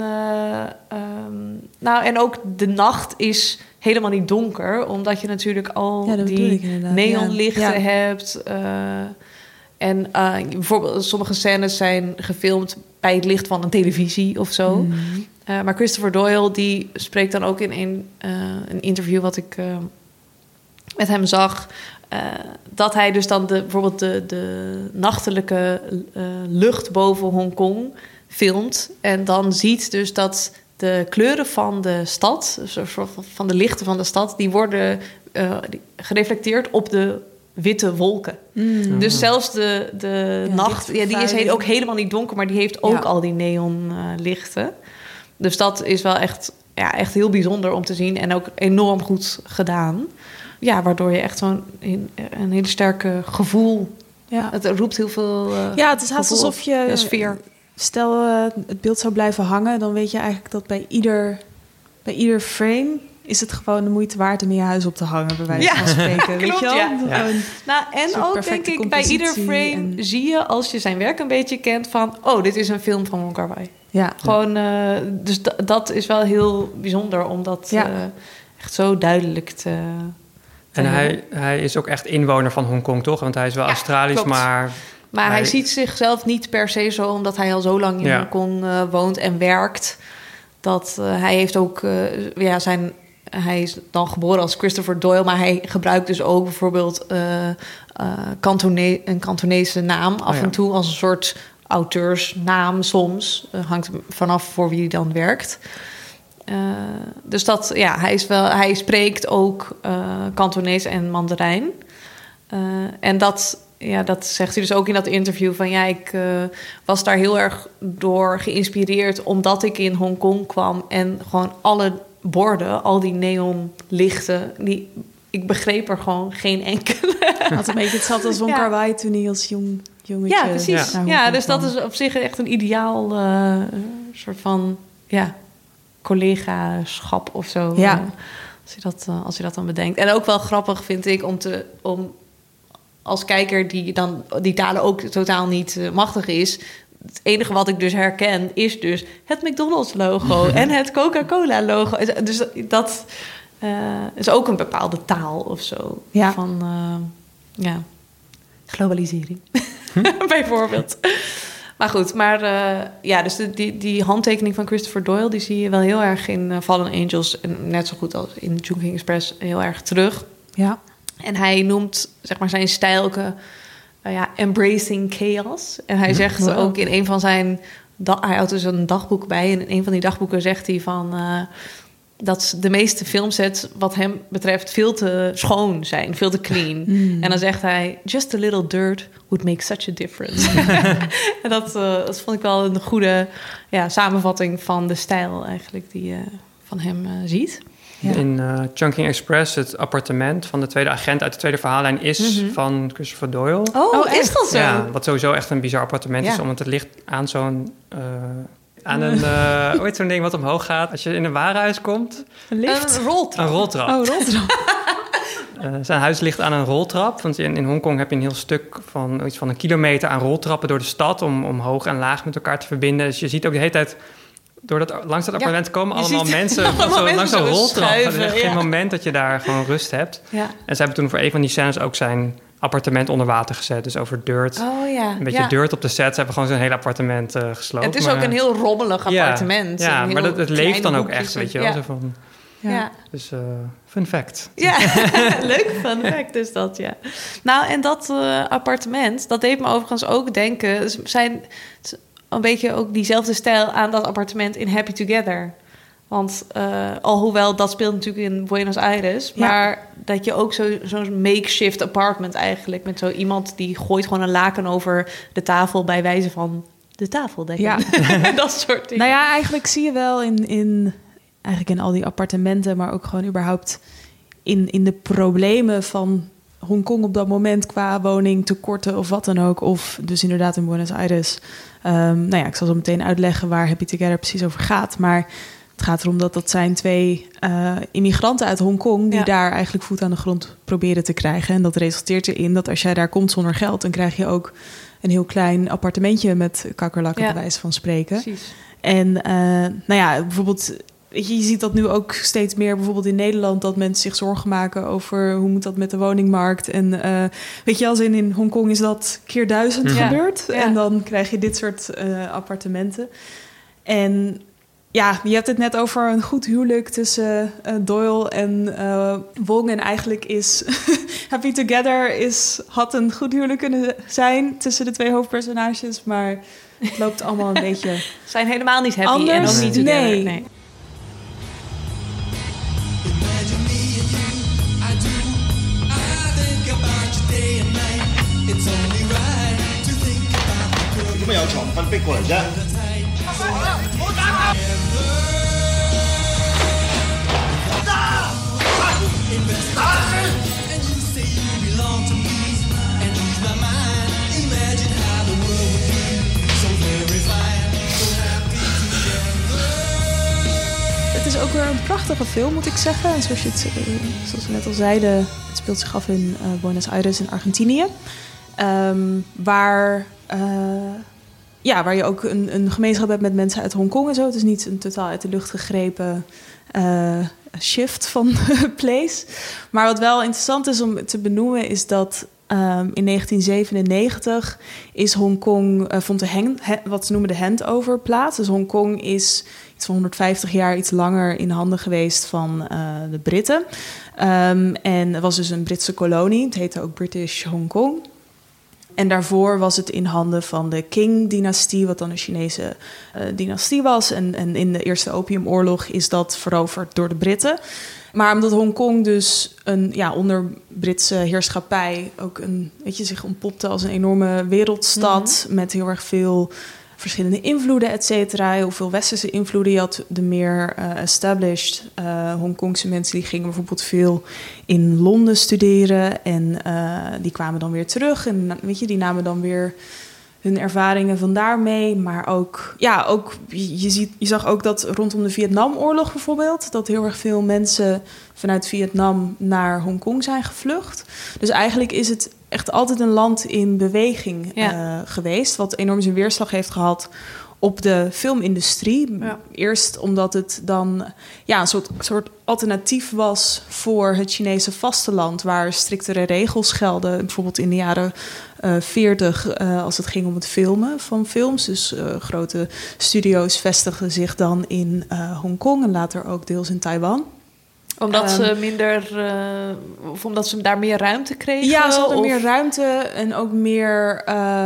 en ook de nacht is helemaal niet donker, omdat je natuurlijk al die neonlichten hebt. En bijvoorbeeld sommige scènes zijn gefilmd bij het licht van een televisie of zo. Mm-hmm. Maar Christopher Doyle die spreekt dan ook in een interview wat ik met hem zag, dat hij dus dan bijvoorbeeld de nachtelijke lucht boven Hongkong filmt. En dan ziet dus dat de kleuren van de stad, van de lichten van de stad, die worden gereflecteerd op de witte wolken. Mm. Dus zelfs de nacht, die is ook helemaal niet donker, maar die heeft ook al die neonlichten. Dus dat is wel echt heel bijzonder om te zien en ook enorm goed gedaan. Ja, waardoor je echt zo'n een hele sterke gevoel. Ja. Het roept heel veel. Het is haast alsof je sfeer. Stel het beeld zou blijven hangen, dan weet je eigenlijk dat bij ieder frame is het gewoon de moeite waard om in je huis op te hangen, bij wijze van spreken. Weet je wel? Ja. Nou, en ook denk ik, bij ieder frame zie je, als je zijn werk een beetje kent, van dit is een film van Wong Kar-wai. Ja. Gewoon, dus dat is wel heel bijzonder om dat echt zo duidelijk te En hij is ook echt inwoner van Hongkong, toch? Want hij is wel Australisch, klopt. Maar hij ziet zichzelf niet per se zo, omdat hij al zo lang in Hongkong woont en werkt. Dat hij heeft ook hij is dan geboren als Christopher Doyle, maar hij gebruikt dus ook bijvoorbeeld een Kantonese naam af en toe als een soort auteursnaam soms. Hangt vanaf voor wie hij dan werkt. Dus dat, hij spreekt ook Kantonees en Mandarijn. En dat zegt hij dus ook in dat interview van ik was daar heel erg door geïnspireerd omdat ik in Hongkong kwam en gewoon alle borden, al die neonlichten, ik begreep er gewoon geen enkele. Had een beetje hetzelfde als Wong Kar-wai toen hij als jongetje. Ja, precies. Ja, dus dat is op zich echt een ideaal soort van collegaschap of zo. Ja. Als je dat dan bedenkt. En ook wel grappig vind ik om als kijker die talen ook totaal niet machtig is. Het enige wat ik dus herken is dus het McDonald's logo en het Coca-Cola logo. Dus dat is ook een bepaalde taal of zo. Ja. Van globalisering. Bijvoorbeeld. Maar goed, dus die handtekening van Christopher Doyle, die zie je wel heel erg in Fallen Angels en net zo goed als in Chungking Express heel erg terug. Ja. En hij noemt zeg maar zijn stijl embracing chaos. En hij zegt ook in een van zijn hij houdt dus een dagboek bij en in een van die dagboeken zegt hij van dat de meeste filmsets wat hem betreft veel te schoon zijn, veel te clean. En dan zegt hij, just a little dirt would make such a difference. En dat vond ik wel een goede samenvatting van de stijl eigenlijk die je van hem ziet. Ja. In Chungking Express, het appartement van de tweede agent uit de tweede verhaallijn is van Christopher Doyle. Oh, is dat zo? Ja, wat sowieso echt een bizar appartement is, omdat het ligt aan zo'n hoe heet zo'n ding wat omhoog gaat als je in een warenhuis komt? Een lift? Een roltrap. Een roltrap. Oh, roltrap. Zijn huis ligt aan een roltrap. Want in Hongkong heb je een heel stuk van iets van 1 kilometer aan roltrappen door de stad om hoog en laag met elkaar te verbinden. Dus je ziet ook de hele tijd langs dat appartement komen allemaal mensen langs zo'n roltrap. Er is geen moment dat je daar gewoon rust hebt. Ja. En ze hebben toen voor een van die scènes ook zijn appartement onder water gezet. Dus over dirt. Oh, ja. Een beetje dirt op de set. Ze hebben gewoon zo'n hele appartement gesloopt. Het is ook een heel rommelig appartement. Ja, maar het leeft dan ook echt, weet je wel. Ja. Zo van, ja. Dus fun fact. Ja, leuk fun fact is dat, ja. Nou, en dat appartement, dat deed me overigens ook denken. Zijn een beetje ook diezelfde stijl aan dat appartement in Happy Together. Want alhoewel dat speelt natuurlijk in Buenos Aires, maar dat je ook zo'n makeshift apartment eigenlijk met zo iemand die gooit gewoon een laken over de tafel bij wijze van de tafeldekking. Ja. Dat soort dingen. Nou ja, eigenlijk zie je wel in al die appartementen, maar ook gewoon überhaupt in de problemen van Hongkong op dat moment qua woningtekorten of wat dan ook. Of dus inderdaad in Buenos Aires. Ik zal zo meteen uitleggen waar Happy Together precies over gaat. Maar het gaat erom dat zijn 2 immigranten uit Hongkong die daar eigenlijk voet aan de grond proberen te krijgen. En dat resulteert erin dat als jij daar komt zonder geld, dan krijg je ook een heel klein appartementje met kakkerlakken bij wijze van spreken. Precies. En bijvoorbeeld, weet je ziet dat nu ook steeds meer bijvoorbeeld in Nederland, dat mensen zich zorgen maken over hoe moet dat met de woningmarkt. En weet je, als in Hongkong is dat keer 1000 gebeurd. Ja. En dan krijg je dit soort appartementen. En ja, je hebt het net over een goed huwelijk tussen Doyle en Wong. En eigenlijk is Happy Together had een goed huwelijk kunnen zijn tussen de 2 hoofdpersonages. Maar het loopt allemaal een beetje Ze zijn helemaal niet happy anders. En ook niet together. Nee. Het is ook weer een prachtige film, moet ik zeggen. En zoals we net al zeiden, het speelt zich af in Buenos Aires in Argentinië. Waar je ook een gemeenschap hebt met mensen uit Hongkong en zo. Het is niet een totaal uit de lucht gegrepen shift van place. Maar wat wel interessant is om te benoemen is dat in 1997 is Hongkong vond wat ze noemen de handover plaats. Dus Hongkong is iets van 150 jaar iets langer in handen geweest van de Britten. En het was dus een Britse kolonie. Het heette ook British Hongkong. En daarvoor was het in handen van de Qing-dynastie, wat dan een Chinese dynastie was. En in de Eerste Opiumoorlog is dat veroverd door de Britten. Maar omdat Hongkong dus onder Britse heerschappij ook zich ontpopte als een enorme wereldstad met heel erg veel verschillende invloeden, et cetera. Heel veel westerse invloeden. Je had de meer established Hongkongse mensen die gingen bijvoorbeeld veel in Londen studeren en die kwamen dan weer terug en die namen dan weer hun ervaringen vandaar mee. Maar ook je zag ook dat rondom de Vietnamoorlog bijvoorbeeld, dat heel erg veel mensen vanuit Vietnam naar Hongkong zijn gevlucht. Dus eigenlijk is het echt altijd een land in beweging geweest, wat enorm zijn weerslag heeft gehad op de filmindustrie. Ja. Eerst omdat het dan een soort alternatief was voor het Chinese vasteland, waar striktere regels gelden. Bijvoorbeeld in de jaren 40, als het ging om het filmen van films. Dus grote studio's vestigden zich dan in Hongkong en later ook deels in Taiwan. Omdat ze omdat ze daar meer ruimte kregen? Ja, ze hadden meer ruimte en ook meer.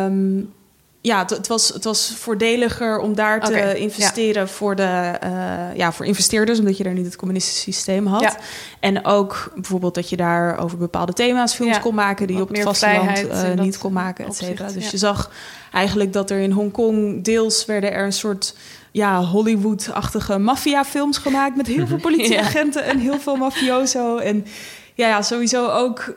Het was voordeliger om daar te investeren voor voor investeerders, omdat je daar niet het communistische systeem had. Ja. En ook bijvoorbeeld dat je daar over bepaalde thema's films kon maken die je op het vasteland niet kon maken, et cetera. Dus je zag eigenlijk dat er in Hongkong deels werden er een soort Hollywood-achtige maffiafilms gemaakt met heel veel politieagenten en heel veel mafioso. En sowieso ook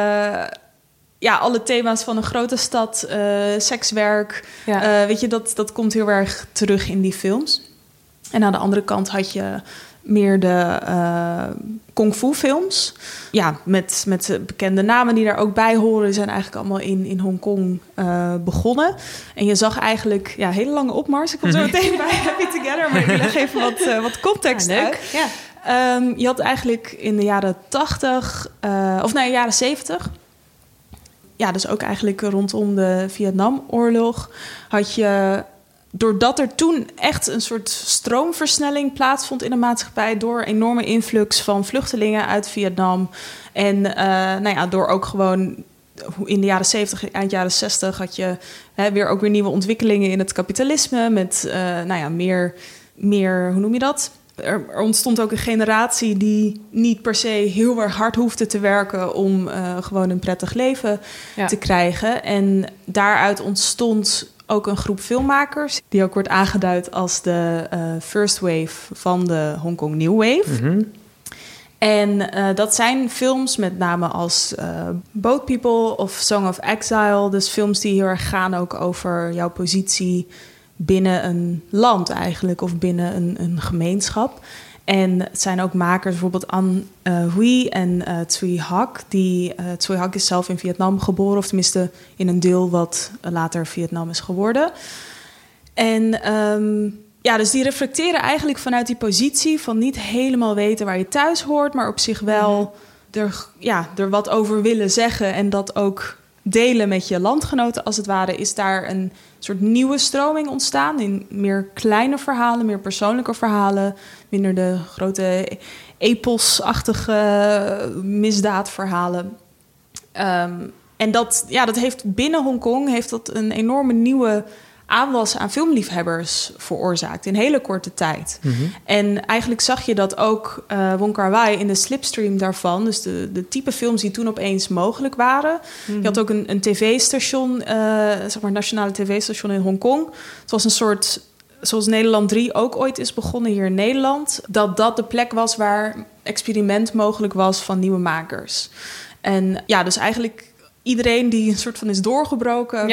alle thema's van een grote stad, sekswerk. Ja. Dat komt heel erg terug in die films. En aan de andere kant had je meer de kung fu films. Ja, met bekende namen die daar ook bij horen. Die zijn eigenlijk allemaal in Hongkong begonnen. En je zag eigenlijk hele lange opmars. Ik kom zo meteen bij Happy Together, maar ik leg even wat context uit. Ja. Je had eigenlijk in de jaren 80, jaren 70... Ja, dus ook eigenlijk rondom de Vietnamoorlog had je, doordat er toen echt een soort stroomversnelling plaatsvond in de maatschappij door enorme influx van vluchtelingen uit Vietnam en door ook gewoon in de jaren 70, eind jaren 60 had je weer nieuwe ontwikkelingen in het kapitalisme met meer, hoe noem je dat? Er ontstond ook een generatie die niet per se heel erg hard hoefde te werken om gewoon een prettig leven te krijgen. En daaruit ontstond ook een groep filmmakers die ook wordt aangeduid als de first wave van de Hong Kong New Wave. Mm-hmm. En dat zijn films met name als Boat People of Song of Exile. Dus films die heel erg gaan ook over jouw positie binnen een land eigenlijk, of binnen een gemeenschap. En het zijn ook makers, bijvoorbeeld An Huy en Tsui Hak. Tsui Hak is zelf in Vietnam geboren, of tenminste in een deel wat later Vietnam is geworden. En dus die reflecteren eigenlijk vanuit die positie van niet helemaal weten waar je thuis hoort, maar op zich wel er wat over willen zeggen en dat ook delen met je landgenoten als het ware, is daar een soort nieuwe stroming ontstaan in meer kleine verhalen, meer persoonlijke verhalen, minder de grote eposachtige misdaadverhalen. En dat heeft binnen Hongkong heeft dat een enorme nieuwe aanwas aan filmliefhebbers veroorzaakt in hele korte tijd. Mm-hmm. En eigenlijk zag je dat ook Wong Kar-wai in de slipstream daarvan, dus de type films die toen opeens mogelijk waren. Mm-hmm. Je had ook een tv-station, nationale tv-station in Hongkong. Het was een soort, zoals Nederland 3 ook ooit is begonnen hier in Nederland, dat de plek was waar experiment mogelijk was van nieuwe makers. En dus eigenlijk iedereen die een soort van is doorgebroken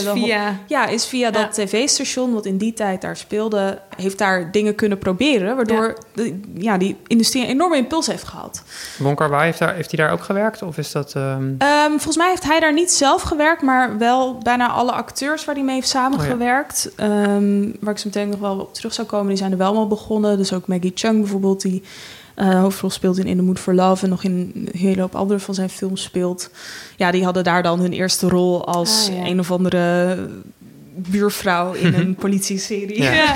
is via dat tv-station wat in die tijd daar speelde, heeft daar dingen kunnen proberen, waardoor die industrie een enorme impuls heeft gehad. Wong Kar-wai, heeft hij daar ook gewerkt? Of is dat? Volgens mij heeft hij daar niet zelf gewerkt, maar wel bijna alle acteurs waar hij mee heeft samengewerkt. Waar ik zo meteen nog wel op terug zou komen, die zijn er wel allemaal begonnen. Dus ook Maggie Cheung bijvoorbeeld, die hoofdrol speelt in The Mood for Love en nog in een hele hoop andere van zijn films speelt. Ja, die hadden daar dan hun eerste rol als een of andere buurvrouw in een politieserie. Ja.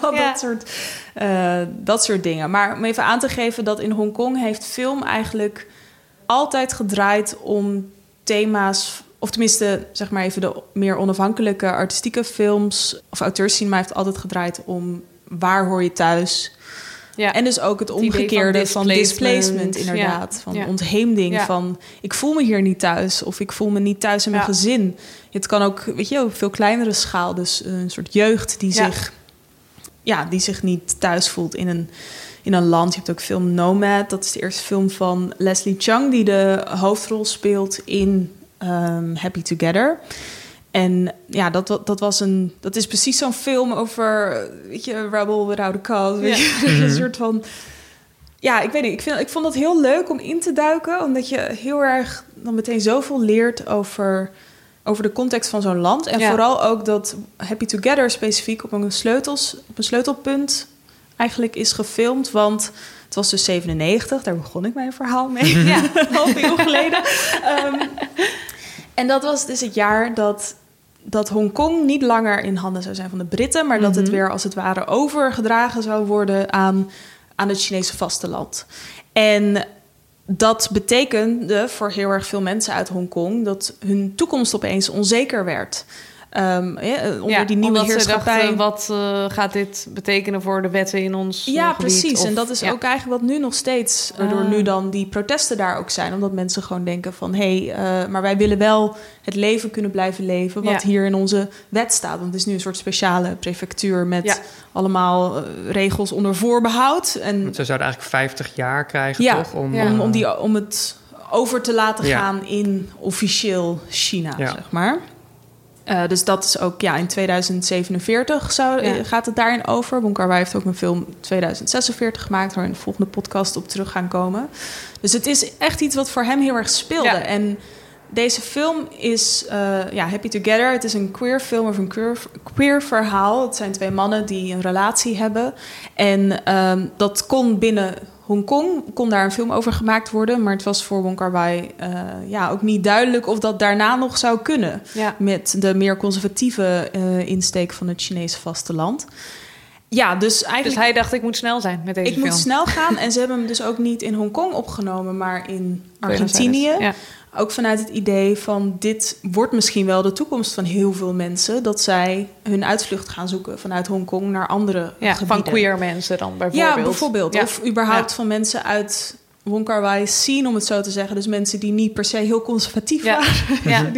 Dat soort dingen. Maar om even aan te geven dat in Hongkong heeft film eigenlijk altijd gedraaid om thema's, of tenminste, zeg maar even de meer onafhankelijke artistieke films of auteurscinema heeft altijd gedraaid om waar hoor je thuis. Ja. En dus ook het omgekeerde van displacement inderdaad. Van ontheemding, van ik voel me hier niet thuis of ik voel me niet thuis in mijn gezin. Het kan ook, weet je, op veel kleinere schaal. Dus een soort jeugd die zich niet thuis voelt in een land. Je hebt ook film Nomad. Dat is de eerste film van Leslie Cheung die de hoofdrol speelt in Happy Together. En ja, dat is precies zo'n film over, weet je, Rebel Without a Cause. Weet je? Een soort van, ja, ik weet niet. Ik vond dat heel leuk om in te duiken, omdat je heel erg dan meteen zoveel leert over de context van zo'n land. En vooral ook dat Happy Together specifiek op een sleutelpunt eigenlijk is gefilmd, want het was dus 97, daar begon ik mijn verhaal mee, een half eeuw geleden. En dat was dus het jaar dat Hongkong niet langer in handen zou zijn van de Britten, maar dat het weer als het ware overgedragen zou worden aan het Chinese vasteland. En dat betekende voor heel erg veel mensen uit Hongkong dat hun toekomst opeens onzeker werd. Onder die nieuwe heerschappij. Dachten, wat gaat dit betekenen voor de wetten in ons gebied? Precies. En dat is ook eigenlijk wat nu nog steeds, door nu dan die protesten daar ook zijn. Omdat mensen gewoon denken van, maar wij willen wel het leven kunnen blijven leven wat hier in onze wet staat. Want het is nu een soort speciale prefectuur met allemaal regels onder voorbehoud. En ze zouden eigenlijk 50 jaar krijgen, toch? Om het over te laten gaan in officieel China, zeg maar. Dus dat is ook, in 2047 gaat het daarin over. Wong Kar-wai heeft ook een film 2046 gemaakt, waar we in de volgende podcast op terug gaan komen. Dus het is echt iets wat voor hem heel erg speelde. Ja. En deze film is Happy Together. Het is een queer film of een queer verhaal. Het zijn twee mannen die een relatie hebben. En dat kon binnen Hongkong, kon daar een film over gemaakt worden. Maar het was voor Wong Kar-wai ook niet duidelijk of dat daarna nog zou kunnen. Ja. Met de meer conservatieve insteek van het Chinese vasteland. Ja, dus eigenlijk... Dus hij dacht, ik moet snel zijn met deze film. Ik moet snel gaan. En ze hebben hem dus ook niet in Hongkong opgenomen, maar in Argentinië. Ja. Ook vanuit het idee van, dit wordt misschien wel de toekomst van heel veel mensen, dat zij hun uitvlucht gaan zoeken vanuit Hongkong naar andere gebieden. Van queer mensen dan bijvoorbeeld. Ja, bijvoorbeeld. Ja. Of überhaupt van mensen uit Wong Kar-wai scene, om het zo te zeggen. Dus mensen die niet per se heel conservatief waren.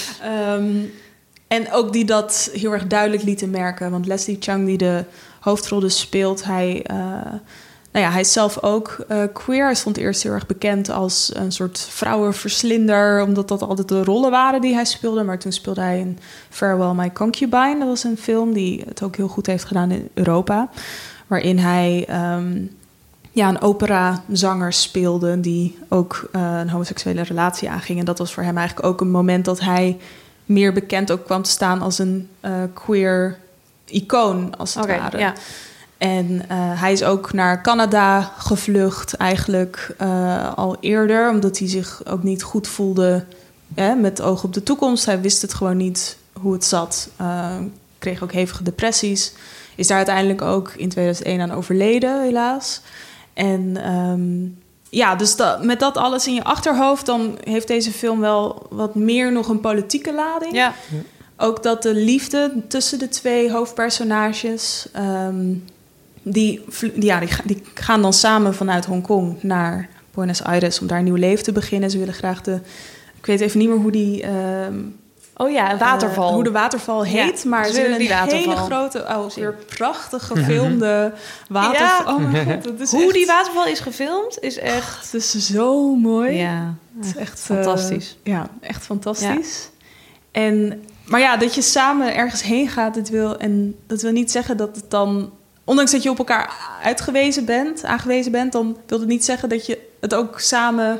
En ook die dat heel erg duidelijk lieten merken. Want Leslie Cheung, die de hoofdrol dus speelt, hij is zelf ook queer. Hij stond eerst heel erg bekend als een soort vrouwenverslinder, omdat dat altijd de rollen waren die hij speelde. Maar toen speelde hij in Farewell My Concubine. Dat was een film die het ook heel goed heeft gedaan in Europa. Waarin hij een operazanger speelde die ook een homoseksuele relatie aanging. En dat was voor hem eigenlijk ook een moment dat hij meer bekend ook kwam te staan als een queer icoon, als het ware. Ja. En hij is ook naar Canada gevlucht eigenlijk al eerder, omdat hij zich ook niet goed voelde met oog op de toekomst. Hij wist het gewoon niet hoe het zat. Kreeg ook hevige depressies. Is daar uiteindelijk ook in 2001 aan overleden, helaas. En dus met dat alles in je achterhoofd, dan heeft deze film wel wat meer nog een politieke lading. Ja. Ook dat de liefde tussen de twee hoofdpersonages, die gaan dan samen vanuit Hongkong naar Buenos Aires om daar een nieuw leven te beginnen. Ze willen graag ik weet even niet meer hoe die een waterval. Hoe de waterval heet, maar ze willen een hele grote, weer prachtig gefilmde waterval. Ja. Oh mijn God, dat is hoe die waterval is gefilmd is echt... Het is zo mooi. Ja, het is echt fantastisch. Echt fantastisch. Ja. Maar dat je samen ergens heen gaat, dat wil niet zeggen dat het dan, ondanks dat je op elkaar aangewezen bent, dan wil het niet zeggen dat je het ook samen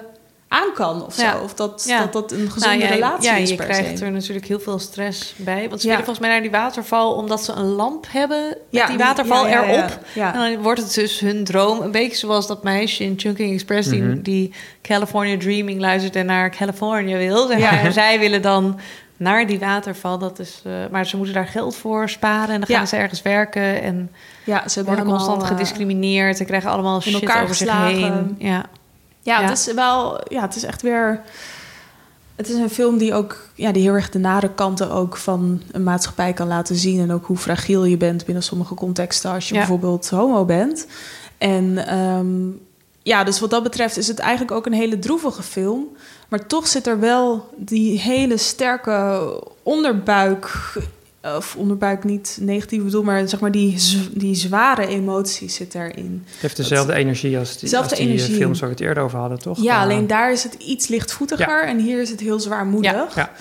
aan kan of zo. Of dat een gezonde relatie is je per krijgt se. er natuurlijk heel veel stress bij. Want ze willen volgens mij naar die waterval... omdat ze een lamp hebben met die waterval erop. Ja. En dan wordt het dus hun droom... een beetje zoals dat meisje in Chungking Express... die California Dreaming luistert en naar California wil. En zij willen dan naar die waterval. Dat is, maar ze moeten daar geld voor sparen... en dan gaan ze ergens werken... en ze worden constant gediscrimineerd... en krijgen allemaal shit elkaar over geslagen. zich heen. Ja, het is wel... Ja, het is echt weer... Het is een film die ook... Ja, die heel erg de nare kanten ook van een maatschappij kan laten zien. En ook hoe fragiel je bent binnen sommige contexten... als je bijvoorbeeld homo bent. En dus wat dat betreft is het eigenlijk ook een hele droevige film. Maar toch zit er wel die hele sterke onderbuik... Of onderbuik niet negatief bedoel, maar zeg maar die zware emoties zit erin. Het heeft dezelfde energie als die films waar we het eerder over hadden, toch? Ja, alleen daar is het iets lichtvoetiger en hier is het heel zwaarmoedig. Ja.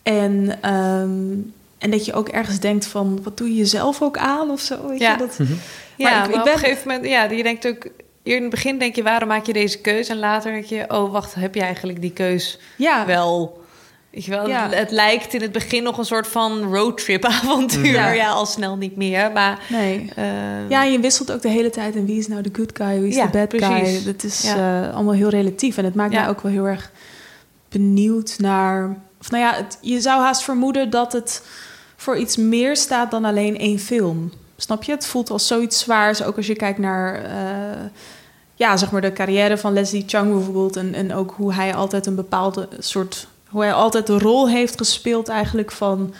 En dat je ook ergens denkt van, wat doe je jezelf ook aan of zo? Weet je? Dat, maar op een gegeven moment, je denkt ook... In het begin denk je, waarom maak je deze keus? En later denk je, oh, wacht, heb je eigenlijk die keus wel... Weet je wel, het lijkt in het begin nog een soort van roadtrip-avontuur. Al snel niet meer. Maar, je wisselt ook de hele tijd. En wie is nou de good guy, wie is de bad guy? Dat is allemaal heel relatief. En het maakt mij ook wel heel erg benieuwd naar... je zou haast vermoeden dat het voor iets meer staat dan alleen één film. Snap je? Het voelt als zoiets zwaars. Ook als je kijkt naar... zeg maar de carrière van Leslie Cheung bijvoorbeeld. En ook hoe hij altijd een bepaalde soort... Hoe hij altijd de rol heeft gespeeld eigenlijk van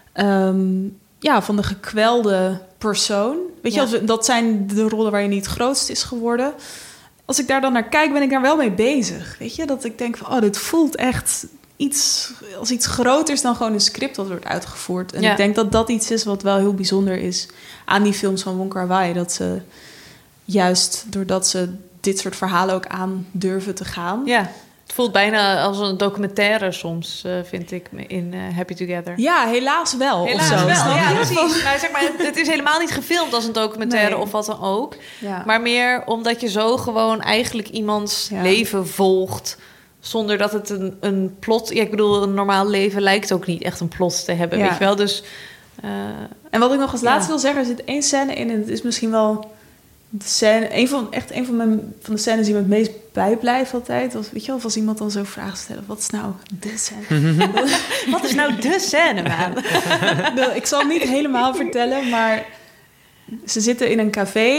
de gekwelde persoon. Weet je, dat zijn de rollen waar je niet het grootst is geworden. Als ik daar dan naar kijk, ben ik daar wel mee bezig. Weet je, dat ik denk van, dit voelt echt iets groters dan gewoon een script dat wordt uitgevoerd. En ik denk dat dat iets is wat wel heel bijzonder is aan die films van Wong Kar-wai. Dat ze juist doordat ze dit soort verhalen ook aan durven te gaan... Ja. Het voelt bijna als een documentaire soms, vind ik, in Happy Together. Ja, helaas wel. Helaas wel, ja, precies. Maar zeg maar, het is helemaal niet gefilmd als een documentaire of wat dan ook. Ja. Maar meer omdat je zo gewoon eigenlijk iemands leven volgt... zonder dat het een plot... Ja, ik bedoel, een normaal leven lijkt ook niet echt een plot te hebben, weet je wel. Dus, en wat ik nog als laatste wil zeggen, er zit één scène in... en het is misschien wel... De scène, een van de scènes die me het meest bijblijft altijd. Weet je wel, als iemand dan zo vragen stelt... wat is nou de scène? Wat is nou de scène, man? Ik zal het niet helemaal vertellen, maar... ze zitten in een café.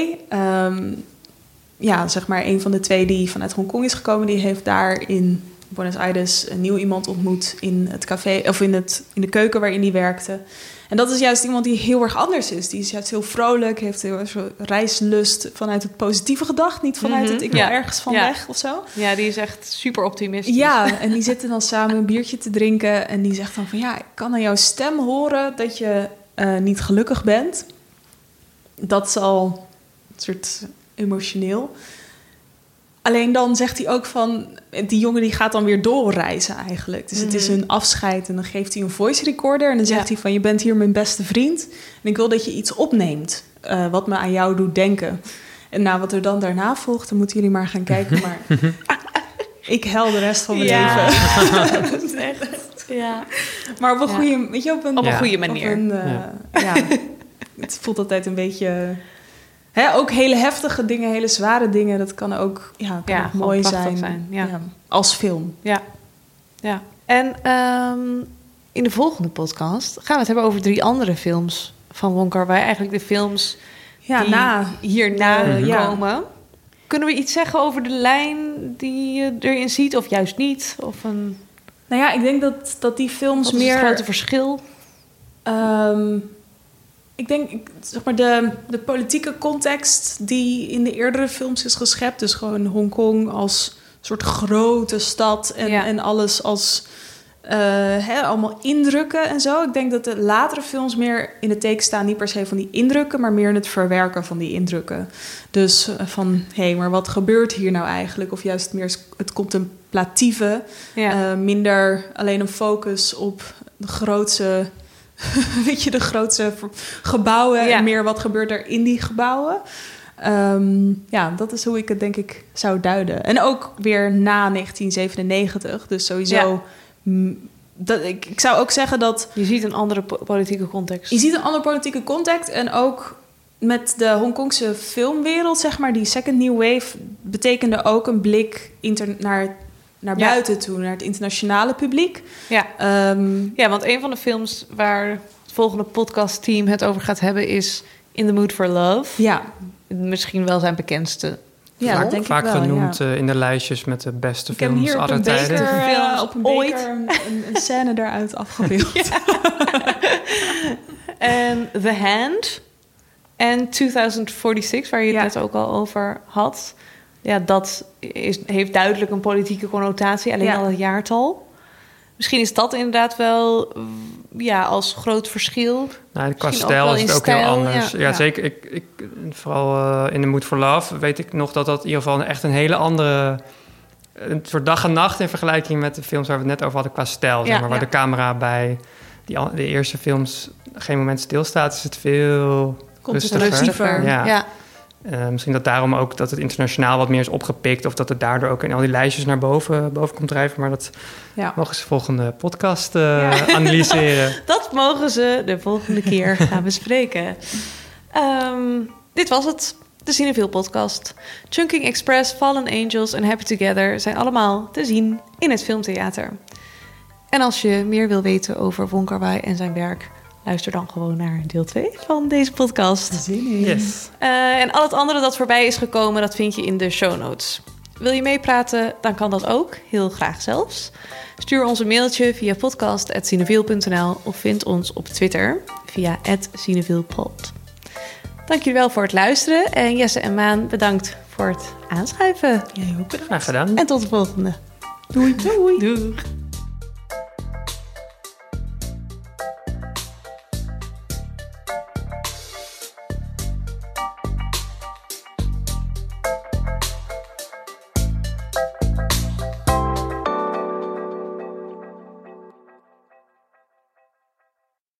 Zeg maar een van de twee die vanuit Hongkong is gekomen... die heeft daar in Buenos Aires een nieuw iemand ontmoet... in het café, of in de keuken waarin die werkte... En dat is juist iemand die heel erg anders is. Die is juist heel vrolijk, heeft heel erg reislust vanuit het positieve gedacht. Niet vanuit het ik wil ergens van weg of zo. Ja, die is echt super optimistisch. Ja, en die zitten dan samen een biertje te drinken. En die zegt dan van ik kan aan jouw stem horen dat je niet gelukkig bent. Dat is al een soort emotioneel. Alleen dan zegt hij ook van... die jongen die gaat dan weer doorreizen eigenlijk. Dus het is hun afscheid en dan geeft hij een voice recorder... en dan zegt hij van, je bent hier mijn beste vriend... en ik wil dat je iets opneemt wat me aan jou doet denken. En wat er dan daarna volgt, dan moeten jullie maar gaan kijken. Maar ik hel de rest van mijn leven. Dat is echt... Ja. Maar op een goede... Weet je, op een goede manier. Het voelt altijd een beetje... ook hele heftige dingen, hele zware dingen. Dat kan ook, ook mooi zijn. Ja. Als film. Ja. En in de volgende podcast gaan we het hebben over 3 andere films van Wong Kar-wai. Eigenlijk de films die hierna komen. Kunnen we iets zeggen over de lijn die je erin ziet? Of juist niet? Of een... Nou ja, ik denk dat die films meer... het grote verschil? Ik denk, zeg maar, de politieke context die in de eerdere films is geschept... dus gewoon Hongkong als soort grote stad en alles als allemaal indrukken en zo. Ik denk dat de latere films meer in het teken staan... niet per se van die indrukken, maar meer in het verwerken van die indrukken. Dus van, maar wat gebeurt hier nou eigenlijk? Of juist meer het contemplatieve. Minder alleen een focus op de grootste... Weet je, de grootste gebouwen en meer wat gebeurt er in die gebouwen. Dat is hoe ik het denk ik zou duiden. En ook weer na 1997. Dus sowieso... Ik zou ook zeggen dat... Je ziet een andere politieke context. Je ziet een andere politieke context. En ook met de Hongkongse filmwereld, zeg maar... die second new wave betekende ook een blik naar buiten toe. Naar het internationale publiek. Ja. Want een van de films waar het volgende podcastteam het over gaat hebben... is In the Mood for Love. Ja. Misschien wel zijn bekendste. Ja, vaak, denk vaak ik wel, genoemd in de lijstjes met de beste ik films aller tijden. Op een beker een scène daaruit afgebeeld. En The Hand en 2046, waar je het net ook al over had. Ja, dat heeft duidelijk een politieke connotatie, alleen al het jaartal. Misschien is dat inderdaad wel als groot verschil. Nou, qua stijl is het ook heel anders. Ja, zeker. Ik vooral in The Mood for Love weet ik nog dat in ieder geval echt een hele andere... een soort dag en nacht in vergelijking met de films waar we het net over hadden qua stijl. Zeg maar, waar de camera bij de eerste films geen moment stilstaat, is het veel rustiger. Ja. Misschien dat daarom ook dat het internationaal wat meer is opgepikt... of dat het daardoor ook in al die lijstjes naar boven komt drijven. Maar dat mogen ze volgende podcast analyseren. Dat mogen ze de volgende keer gaan bespreken. Dit was het, de Cineville podcast. Chungking Express, Fallen Angels en Happy Together... zijn allemaal te zien in het Filmtheater. En als je meer wil weten over Wong Kar-wai en zijn werk... luister dan gewoon naar deel 2 van deze podcast. Yes. En al het andere dat voorbij is gekomen, dat vind je in de show notes. Wil je meepraten, dan kan dat ook. Heel graag zelfs. Stuur ons een mailtje via podcast@cineville.nl of vind ons op Twitter via @cinevillepod. Dank jullie wel voor het luisteren. En Jesse en Maan, bedankt voor het aanschuiven. Jij ook bedankt. Graag gedaan. En tot de volgende. Doei. Doeg.